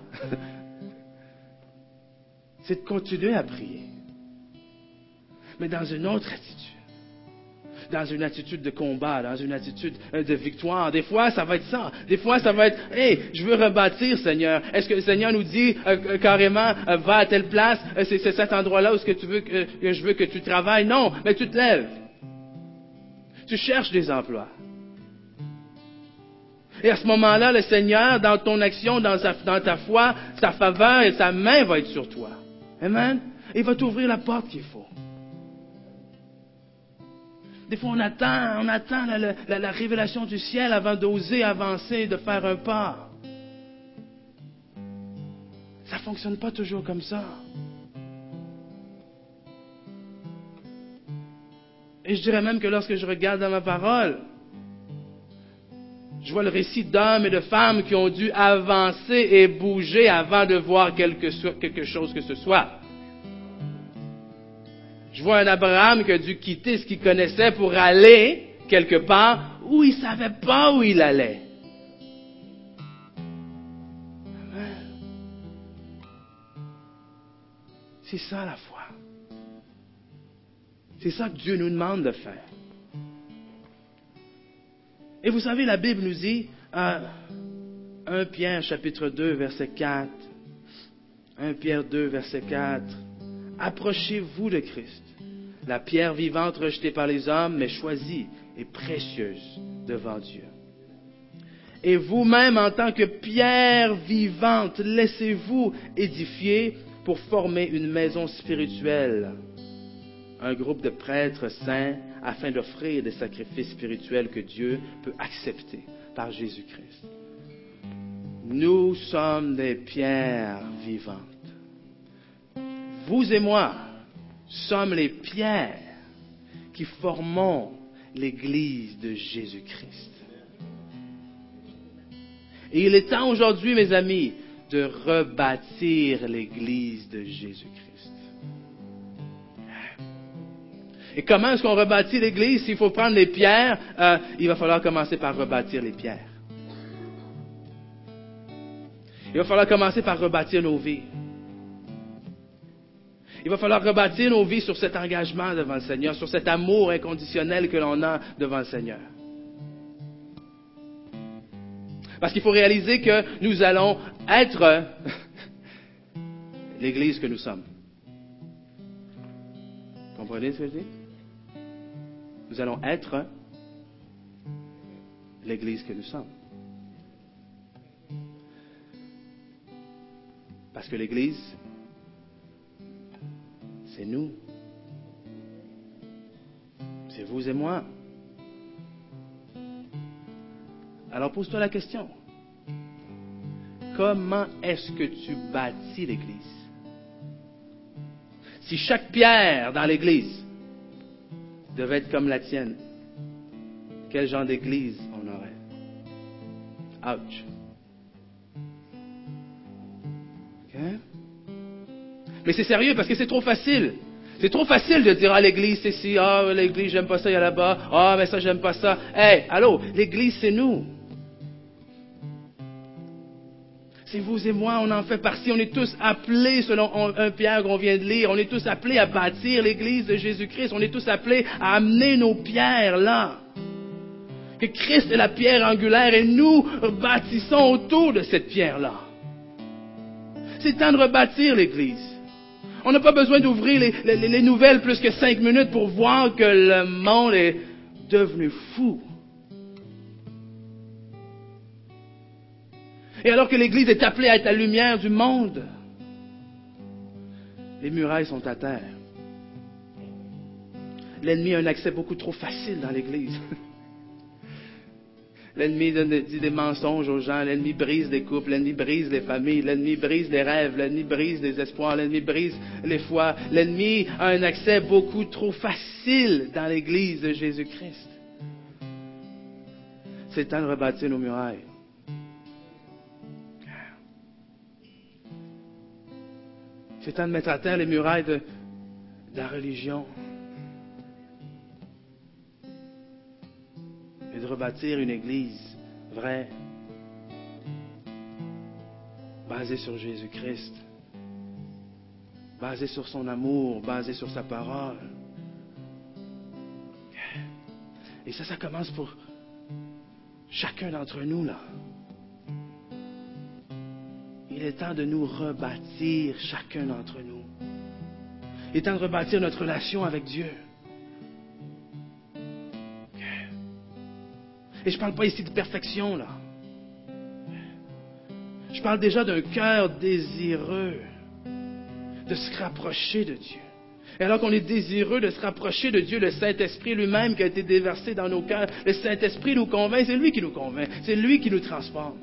c'est de continuer à prier, mais dans une autre attitude. Dans une attitude de combat, dans une attitude de victoire. Des fois, ça va être ça. Des fois, ça va être, hey, je veux rebâtir, Seigneur. Est-ce que le Seigneur nous dit euh, carrément, euh, va à telle place, euh, c'est, c'est cet endroit-là où ce que tu veux que, que je veux que tu travailles? Non, mais tu te lèves. Tu cherches des emplois. Et à ce moment-là, le Seigneur, dans ton action, dans, sa, dans ta foi, sa faveur et sa main va être sur toi. Amen? Il va t'ouvrir la porte qu'il faut. Des fois, on attend, on attend la, la, la révélation du ciel avant d'oser avancer, de faire un pas. Ça ne fonctionne pas toujours comme ça. Et je dirais même que lorsque je regarde dans ma parole, Je vois le récit d'hommes et de femmes qui ont dû avancer et bouger avant de voir quelque, quelque chose que ce soit. Je vois un Abraham qui a dû quitter ce qu'il connaissait pour aller quelque part où il ne savait pas où il allait. C'est ça la foi. C'est ça que Dieu nous demande de faire. Et vous savez, la Bible nous dit, euh, premier Pierre chapitre deux, verset quatre, premier Pierre deux, verset quatre, « Approchez-vous de Christ, la pierre vivante rejetée par les hommes, mais choisie et précieuse devant Dieu. Et vous-même, en tant que pierre vivante, laissez-vous édifier pour former une maison spirituelle, un groupe de prêtres saints, afin d'offrir des sacrifices spirituels que Dieu peut accepter par Jésus-Christ. » Nous sommes des pierres vivantes. Vous et moi sommes les pierres qui formons l'Église de Jésus-Christ. Et il est temps aujourd'hui, mes amis, de rebâtir l'Église de Jésus-Christ. Et comment est-ce qu'on rebâtit l'Église? S'il faut prendre les pierres, euh, il va falloir commencer par rebâtir les pierres. Il va falloir commencer par rebâtir nos vies. Il va falloir rebâtir nos vies sur cet engagement devant le Seigneur, sur cet amour inconditionnel que l'on a devant le Seigneur. Parce qu'il faut réaliser que nous allons être l'Église que nous sommes. Comprenez ce que je dis? Nous allons être l'Église que nous sommes. Parce que l'Église, c'est nous. C'est vous et moi. Alors pose-toi la question. Comment est-ce que tu bâtis l'Église? Si chaque pierre dans l'Église devait être comme la tienne, quel genre d'Église on aurait? Ouch. Okay? Mais c'est sérieux parce que c'est trop facile. C'est trop facile de dire, ah, l'Église, c'est ci, ah, l'Église, j'aime pas ça, il y a là-bas, ah, mais ça, j'aime pas ça. Hey, allô, l'Église, c'est nous. C'est vous et moi, on en fait partie. On est tous appelés, selon un Pierre qu'on vient de lire, on est tous appelés à bâtir l'Église de Jésus-Christ. On est tous appelés à amener nos pierres là. Que Christ est la pierre angulaire et nous bâtissons autour de cette pierre-là. C'est temps de rebâtir l'Église. On n'a pas besoin d'ouvrir les, les, les nouvelles plus que cinq minutes pour voir que le monde est devenu fou. Et alors que l'Église est appelée à être la lumière du monde, les murailles sont à terre. L'ennemi a un accès beaucoup trop facile dans l'Église. L'ennemi dit des mensonges aux gens, l'ennemi brise les couples, l'ennemi brise les familles, l'ennemi brise les rêves, l'ennemi brise les espoirs, l'ennemi brise les foi. L'ennemi a un accès beaucoup trop facile dans l'Église de Jésus-Christ. C'est le temps de rebâtir nos murailles. C'est temps de mettre à terre les murailles de, de la religion. Et de rebâtir une Église vraie, basée sur Jésus-Christ, basée sur son amour, basée sur sa parole. Et ça, ça commence pour chacun d'entre nous, là. Il est temps de nous rebâtir, chacun d'entre nous. Il est temps de rebâtir notre relation avec Dieu. Et je ne parle pas ici de perfection, là. Je parle déjà d'un cœur désireux de se rapprocher de Dieu. Et alors qu'on est désireux de se rapprocher de Dieu, le Saint-Esprit lui-même qui a été déversé dans nos cœurs, le Saint-Esprit nous convainc, c'est lui qui nous convainc, c'est lui qui nous transforme.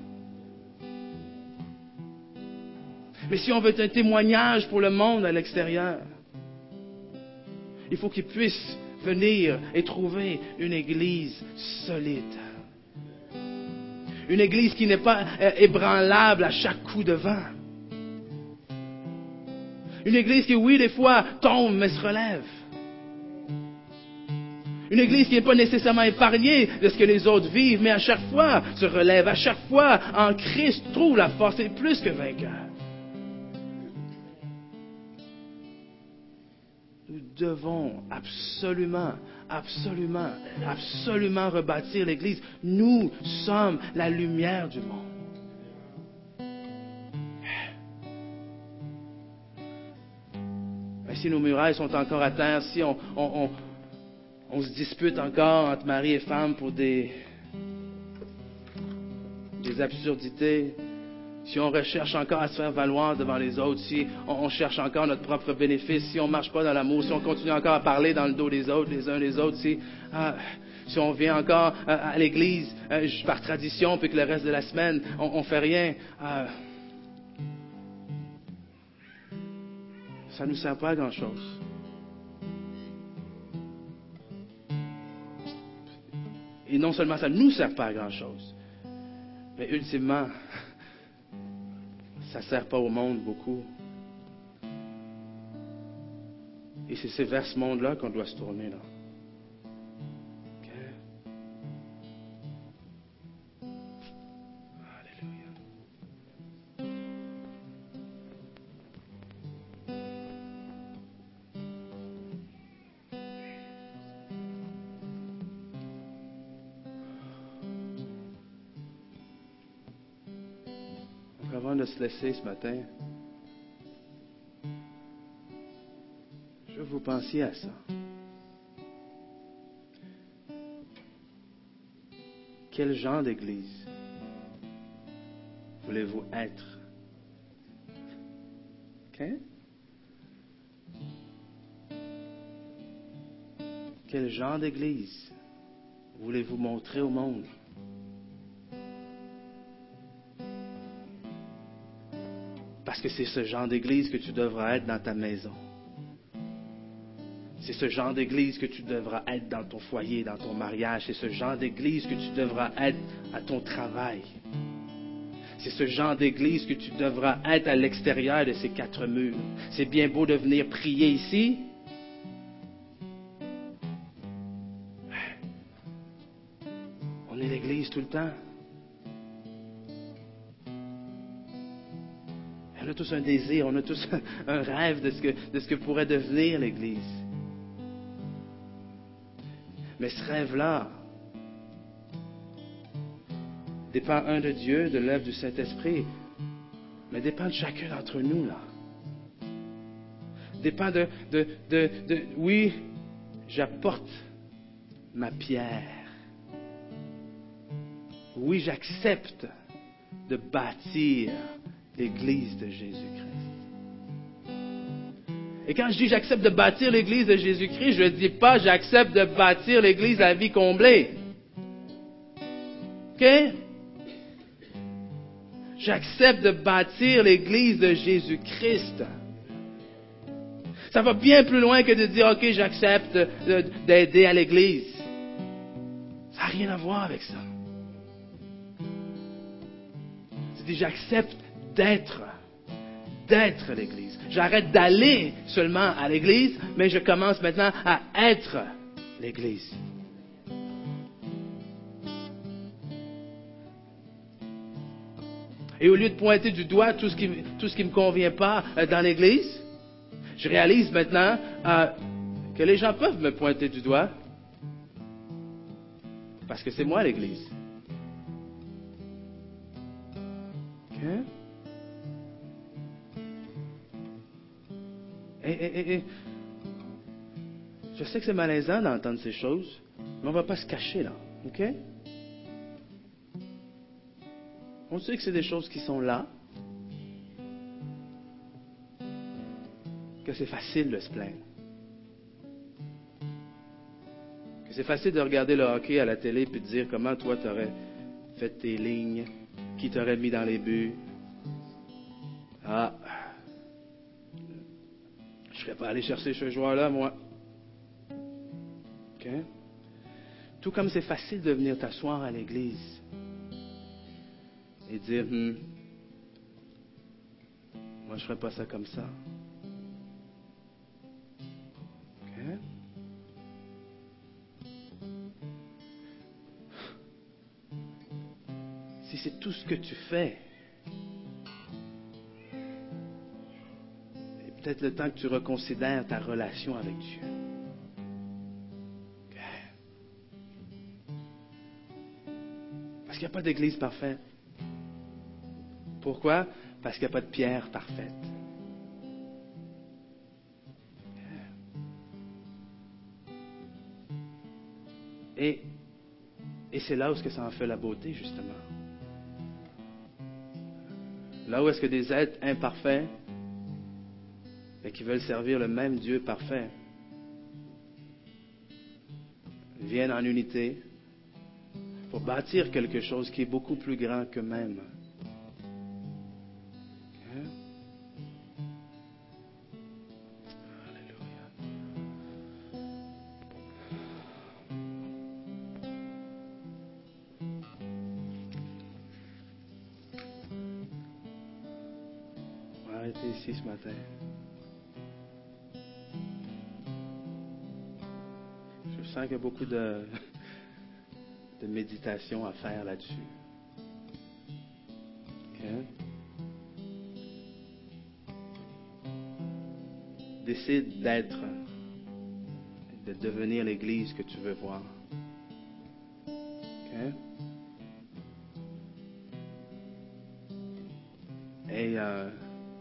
Mais si on veut être un témoignage pour le monde à l'extérieur, il faut qu'il puisse venir et trouver une Église solide. Une Église qui n'est pas euh, ébranlable à chaque coup de vent. Une Église qui, oui, des fois, tombe, mais se relève. Une Église qui n'est pas nécessairement épargnée de ce que les autres vivent, mais à chaque fois se relève, à chaque fois, en Christ, trouve la force et plus que vainqueur. Nous devons absolument, absolument, absolument rebâtir l'Église. Nous sommes la lumière du monde. Mais si nos murailles sont encore à terre, si on, on, on, on se dispute encore entre mari et femme pour des, des absurdités, si on recherche encore à se faire valoir devant les autres, si on, on cherche encore notre propre bénéfice, si on ne marche pas dans l'amour, si on continue encore à parler dans le dos des autres, les uns les autres, si, ah, si on vient encore à, à l'église euh, par tradition, puis que le reste de la semaine, on ne fait rien, ah, ça ne nous sert pas à grand-chose. Et non seulement ça ne nous sert pas à grand-chose, mais ultimement, ça ne sert pas au monde beaucoup. Et c'est, c'est vers ce monde-là qu'on doit se tourner, là. OK? Alléluia. Donc, avant de se laisser ce matin, je veux que vous pensiez à ça. Quel genre d'église voulez-vous être? OK? Quel genre d'église voulez-vous montrer au monde? Parce que c'est ce genre d'église que tu devras être dans ta maison. C'est ce genre d'église que tu devras être dans ton foyer, dans ton mariage. C'est ce genre d'église que tu devras être à ton travail. C'est ce genre d'église que tu devras être à l'extérieur de ces quatre murs. C'est bien beau de venir prier ici. On est l'église tout le temps. On a tous un désir, on a tous un rêve de ce que, de ce que pourrait devenir l'église. Mais ce rêve-là dépend, un, de Dieu, de l'œuvre du Saint-Esprit, mais dépend de chacun d'entre nous, là. Dépend de, de, de, de oui, j'apporte ma pierre. Oui, j'accepte de bâtir l'Église de Jésus-Christ. Et quand je dis j'accepte de bâtir l'Église de Jésus-Christ, je ne dis pas j'accepte de bâtir l'Église à vie comblée. OK? J'accepte de bâtir l'Église de Jésus-Christ. Ça va bien plus loin que de dire OK, j'accepte d'aider à l'Église. Ça n'a rien à voir avec ça. C'est j'accepte d'être, d'être l'Église. J'arrête d'aller seulement à l'Église, mais je commence maintenant à être l'Église. Et au lieu de pointer du doigt tout ce qui tout ce qui me convient pas dans l'Église, je réalise maintenant euh, que les gens peuvent me pointer du doigt parce que c'est moi l'Église. OK? Et, et, et, je sais que c'est malaisant d'entendre ces choses, mais on ne va pas se cacher là. OK? On sait que c'est des choses qui sont là, que c'est facile de se plaindre, que c'est facile de regarder le hockey à la télé et de dire comment toi tu aurais fait tes lignes, qui t'aurait mis dans les buts. Ah, je ne serais pas allé chercher ce joueur-là, moi. OK? Tout comme c'est facile de venir t'asseoir à l'église et dire, Hum, moi je ne ferais pas ça comme ça. Okay? Si c'est tout ce que tu fais, c'est peut-être le temps que tu reconsidères ta relation avec Dieu. Parce qu'il n'y a pas d'église parfaite. Pourquoi? Parce qu'il n'y a pas de pierre parfaite. Et, et c'est là où est-ce que ça en fait la beauté, justement. Là où est-ce que des êtres imparfaits, mais qui veulent servir le même Dieu parfait, viennent en unité pour bâtir quelque chose qui est beaucoup plus grand qu'eux-mêmes. Okay? Alléluia. On va arrêter ici ce matin. Je sens qu'il y a beaucoup de, de méditation à faire là-dessus. Okay? Décide d'être, de devenir l'Église que tu veux voir. Okay? Et euh,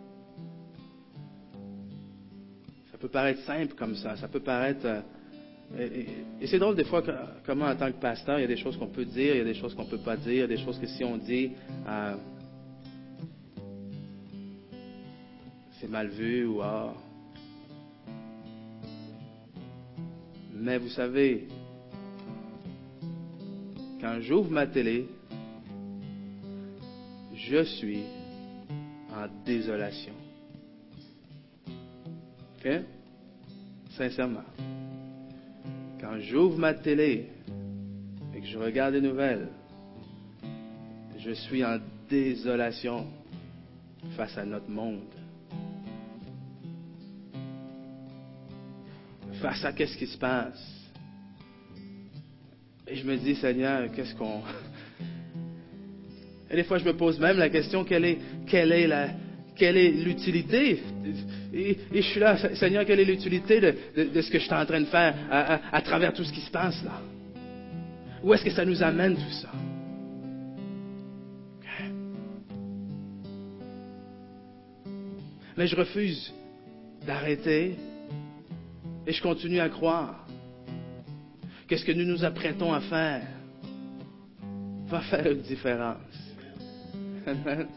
ça peut paraître simple comme ça. Ça peut paraître... Euh, et, et, et c'est drôle des fois que, comment en tant que pasteur, il y a des choses qu'on peut dire, il y a des choses qu'on ne peut pas dire, il y a des choses que si on dit, euh, c'est mal vu ou ah. Mais vous savez, quand j'ouvre ma télé, je suis en désolation. OK? Sincèrement. Quand j'ouvre ma télé et que je regarde les nouvelles, je suis en désolation face à notre monde. Face à qu'est-ce qui se passe. Et je me dis, Seigneur, qu'est-ce qu'on... Et des fois, je me pose même la question, quelle est, quelle est, la, quelle est l'utilité? Et, et je suis là, Seigneur, quelle est l'utilité de, de, de ce que je suis en train de faire à, à, à travers tout ce qui se passe là? Où est-ce que ça nous amène tout ça? Mais je refuse d'arrêter et je continue à croire que ce que nous nous apprêtons à faire va faire une différence. Amen.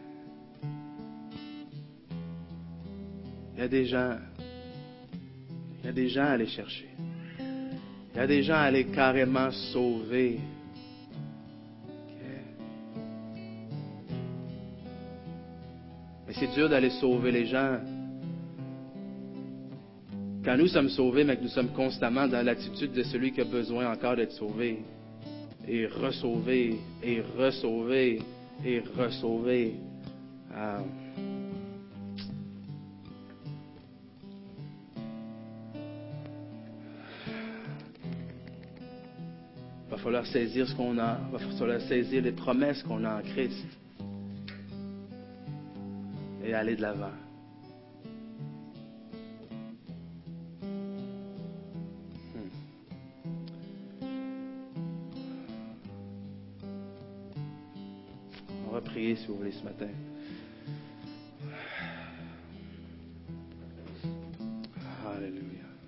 Il y a des gens, il y a des gens à aller chercher. Il y a des gens à aller carrément sauver. Okay. Mais c'est dur d'aller sauver les gens quand nous sommes sauvés, mais que nous sommes constamment dans l'attitude de celui qui a besoin encore d'être sauvé. Et ressauvé, et ressauvé, et ressauvé. Euh, Il va falloir saisir ce qu'on a. Il va falloir saisir les promesses qu'on a en Christ. Et aller de l'avant. On va prier si vous voulez ce matin. Alléluia.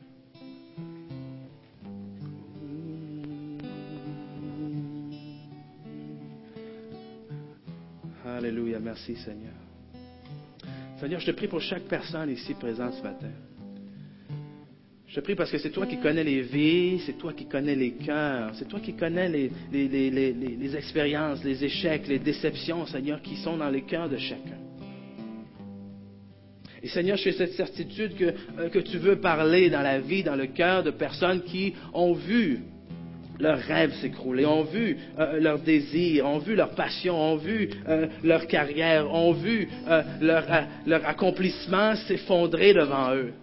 Alléluia. Merci Seigneur. Seigneur, je te prie pour chaque personne ici présente ce matin. Je te prie parce que c'est toi qui connais les vies, c'est toi qui connais les cœurs, c'est toi qui connais les, les, les, les, les expériences, les échecs, les déceptions, Seigneur, qui sont dans les cœurs de chacun. Et Seigneur, j'ai cette certitude que, euh, que tu veux parler dans la vie, dans le cœur de personnes qui ont vu leurs rêves s'écrouler, ont vu euh, leurs désirs, ont vu leurs passions, ont vu euh, leur carrière, ont vu euh, leur, euh, leur accomplissement s'effondrer devant eux.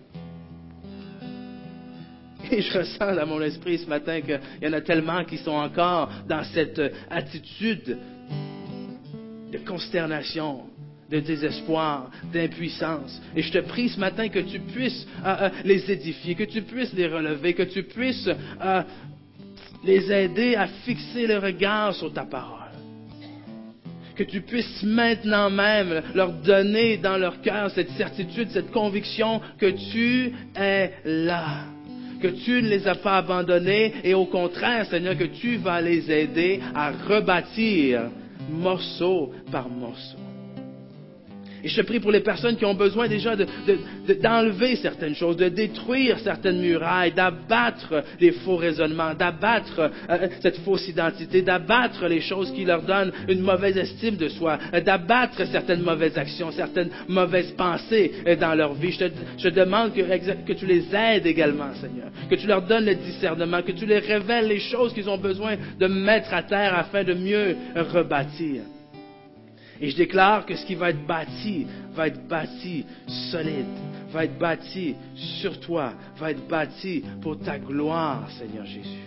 Et je ressens dans mon esprit ce matin qu'il y en a tellement qui sont encore dans cette attitude de consternation, de désespoir, d'impuissance. Et je te prie ce matin que tu puisses euh, euh, les édifier, que tu puisses les relever, que tu puisses euh, les aider à fixer le regard sur ta parole. Que tu puisses maintenant même leur donner dans leur cœur cette certitude, cette conviction que tu es là. Que tu ne les as pas abandonnés et au contraire, Seigneur, que tu vas les aider à rebâtir morceau par morceau. Et je te prie pour les personnes qui ont besoin déjà de, de, de, d'enlever certaines choses, de détruire certaines murailles, d'abattre les faux raisonnements, d'abattre euh, cette fausse identité, d'abattre les choses qui leur donnent une mauvaise estime de soi, euh, d'abattre certaines mauvaises actions, certaines mauvaises pensées euh, dans leur vie. Je te, je te demande que, que tu les aides également, Seigneur, que tu leur donnes le discernement, que tu les révèles les choses qu'ils ont besoin de mettre à terre afin de mieux rebâtir. Et je déclare que ce qui va être bâti, va être bâti solide, va être bâti sur toi, va être bâti pour ta gloire, Seigneur Jésus.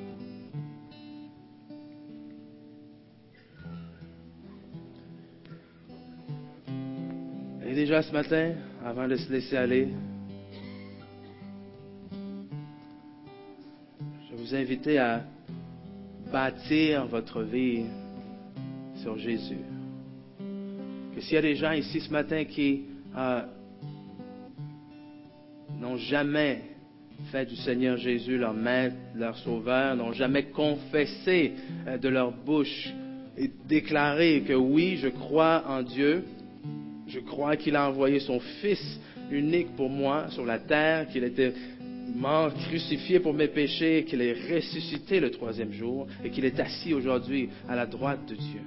Et déjà ce matin, avant de se laisser aller, je vais vous inviter à bâtir votre vie sur Jésus. Que s'il y a des gens ici ce matin qui euh, n'ont jamais fait du Seigneur Jésus leur maître, leur sauveur, n'ont jamais confessé euh, de leur bouche et déclaré que oui, je crois en Dieu, je crois qu'il a envoyé son Fils unique pour moi sur la terre, qu'il était mort, crucifié pour mes péchés, qu'il est ressuscité le troisième jour et qu'il est assis aujourd'hui à la droite de Dieu.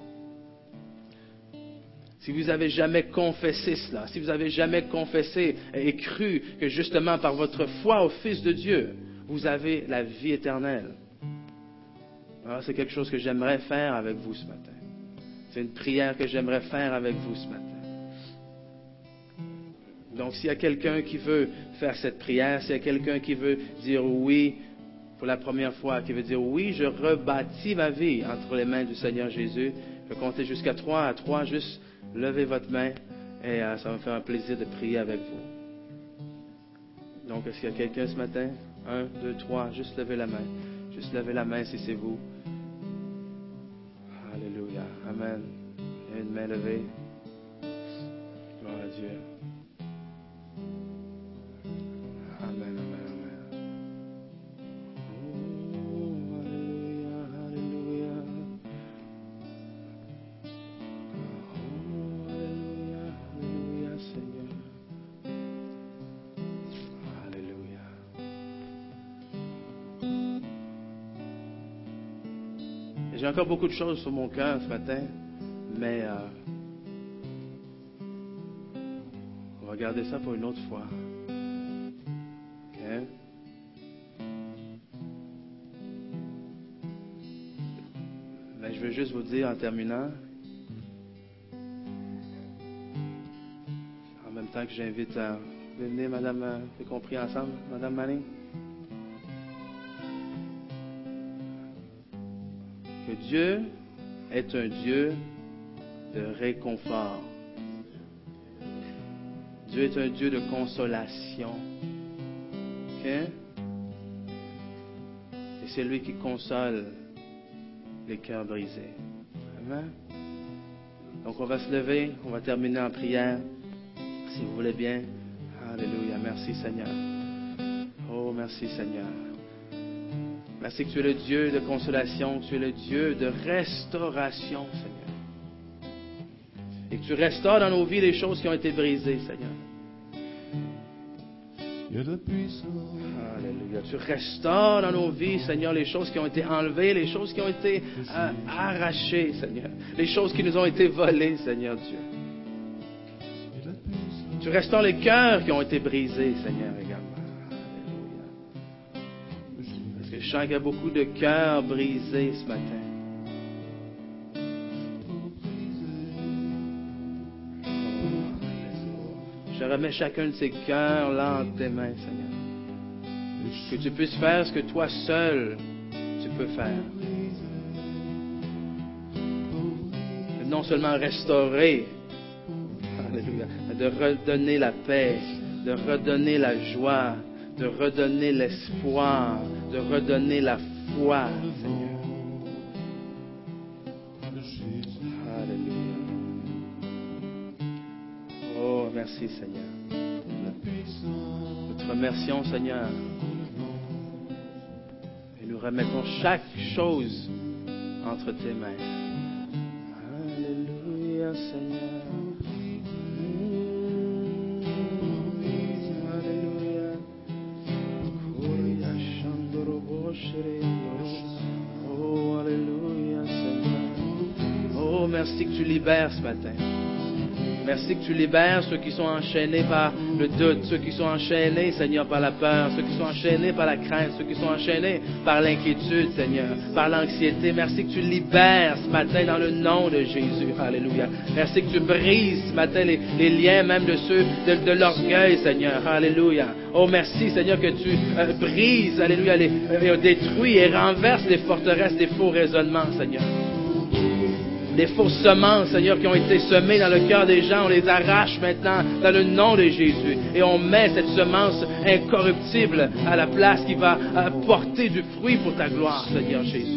Si vous n'avez jamais confessé cela, si vous n'avez jamais confessé et cru que justement par votre foi au Fils de Dieu, vous avez la vie éternelle, alors c'est quelque chose que j'aimerais faire avec vous ce matin. C'est une prière que j'aimerais faire avec vous ce matin. Donc s'il y a quelqu'un qui veut faire cette prière, s'il y a quelqu'un qui veut dire oui pour la première fois, qui veut dire oui, je rebâtis ma vie entre les mains du Seigneur Jésus, je vais compter jusqu'à trois, à trois, juste levez votre main et euh, ça va me faire un plaisir de prier avec vous. Donc, est-ce qu'il y a quelqu'un ce matin? Un, deux, trois, juste levez la main. Juste levez la main si c'est vous. Alléluia. Amen. Il y a une main levée. Gloire à Dieu. Amen, amen, amen. J'ai encore beaucoup de choses sur mon cœur ce matin, mais euh, on va garder ça pour une autre fois. Okay? Mais je veux juste vous dire en terminant, en même temps que j'invite à venir, Madame, euh, vous compris ensemble, Madame Manning? Que Dieu est un Dieu de réconfort. Dieu est un Dieu de consolation. OK? Et c'est lui qui console les cœurs brisés. Amen? Donc on va se lever, on va terminer en prière, si vous voulez bien. Alléluia. Merci Seigneur. Oh, merci Seigneur. Merci que tu es le Dieu de consolation, que tu es le Dieu de restauration, Seigneur. Et que tu restaures dans nos vies les choses qui ont été brisées, Seigneur. Alléluia. Tu restaures dans nos vies, Seigneur, les choses qui ont été enlevées, les choses qui ont été euh, arrachées, Seigneur. Les choses qui nous ont été volées, Seigneur Dieu. Tu restaures les cœurs qui ont été brisés, Seigneur, également. Alléluia. Parce que Je sens qu'il y a beaucoup de cœurs brisés ce matin. Je remets chacun de ces cœurs-là entre tes mains, Seigneur. Que tu puisses faire ce que toi seul tu peux faire. Non seulement restaurer, alléluia, mais de redonner la paix, de redonner la joie, de redonner l'espoir, de redonner la foi, Seigneur. Alléluia. Oh, merci, Seigneur. Nous te remercions, Seigneur. Et nous remettons chaque chose entre tes mains. Alléluia, Seigneur. Oh, alléluia, Seigneur. Oh, merci que tu libères ce matin. Merci que tu libères ceux qui sont enchaînés par le doute, ceux qui sont enchaînés, Seigneur, par la peur, ceux qui sont enchaînés par la crainte, ceux qui sont enchaînés par l'inquiétude, Seigneur, par l'anxiété. Merci que tu libères ce matin dans le nom de Jésus. Alléluia. Merci que tu brises ce matin les, les liens même de ceux de, de l'orgueil, Seigneur. Alléluia. Oh, merci, Seigneur, que tu euh, brises, alléluia, les, euh, détruis et renverses les forteresses des faux raisonnements, Seigneur. Des fausses semences, Seigneur, qui ont été semées dans le cœur des gens, on les arrache maintenant dans le nom de Jésus. Et on met cette semence incorruptible à la place qui va porter du fruit pour ta gloire, Seigneur Jésus.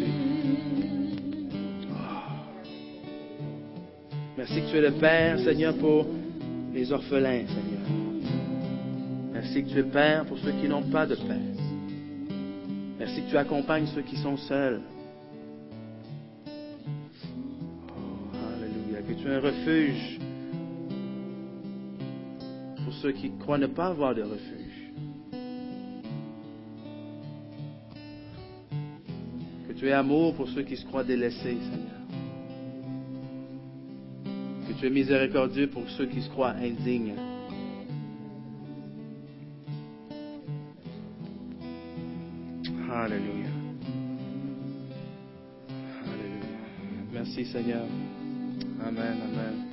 Oh. Merci que tu es le Père, Seigneur, pour les orphelins, Seigneur. Merci que tu es Père pour ceux qui n'ont pas de Père. Merci que tu accompagnes ceux qui sont seuls. Que tu es un refuge pour ceux qui croient ne pas avoir de refuge. Que tu es amour pour ceux qui se croient délaissés, Seigneur. Que tu es miséricordieux pour ceux qui se croient indignes. Alléluia. Alléluia. Merci, Seigneur. Amen, amen.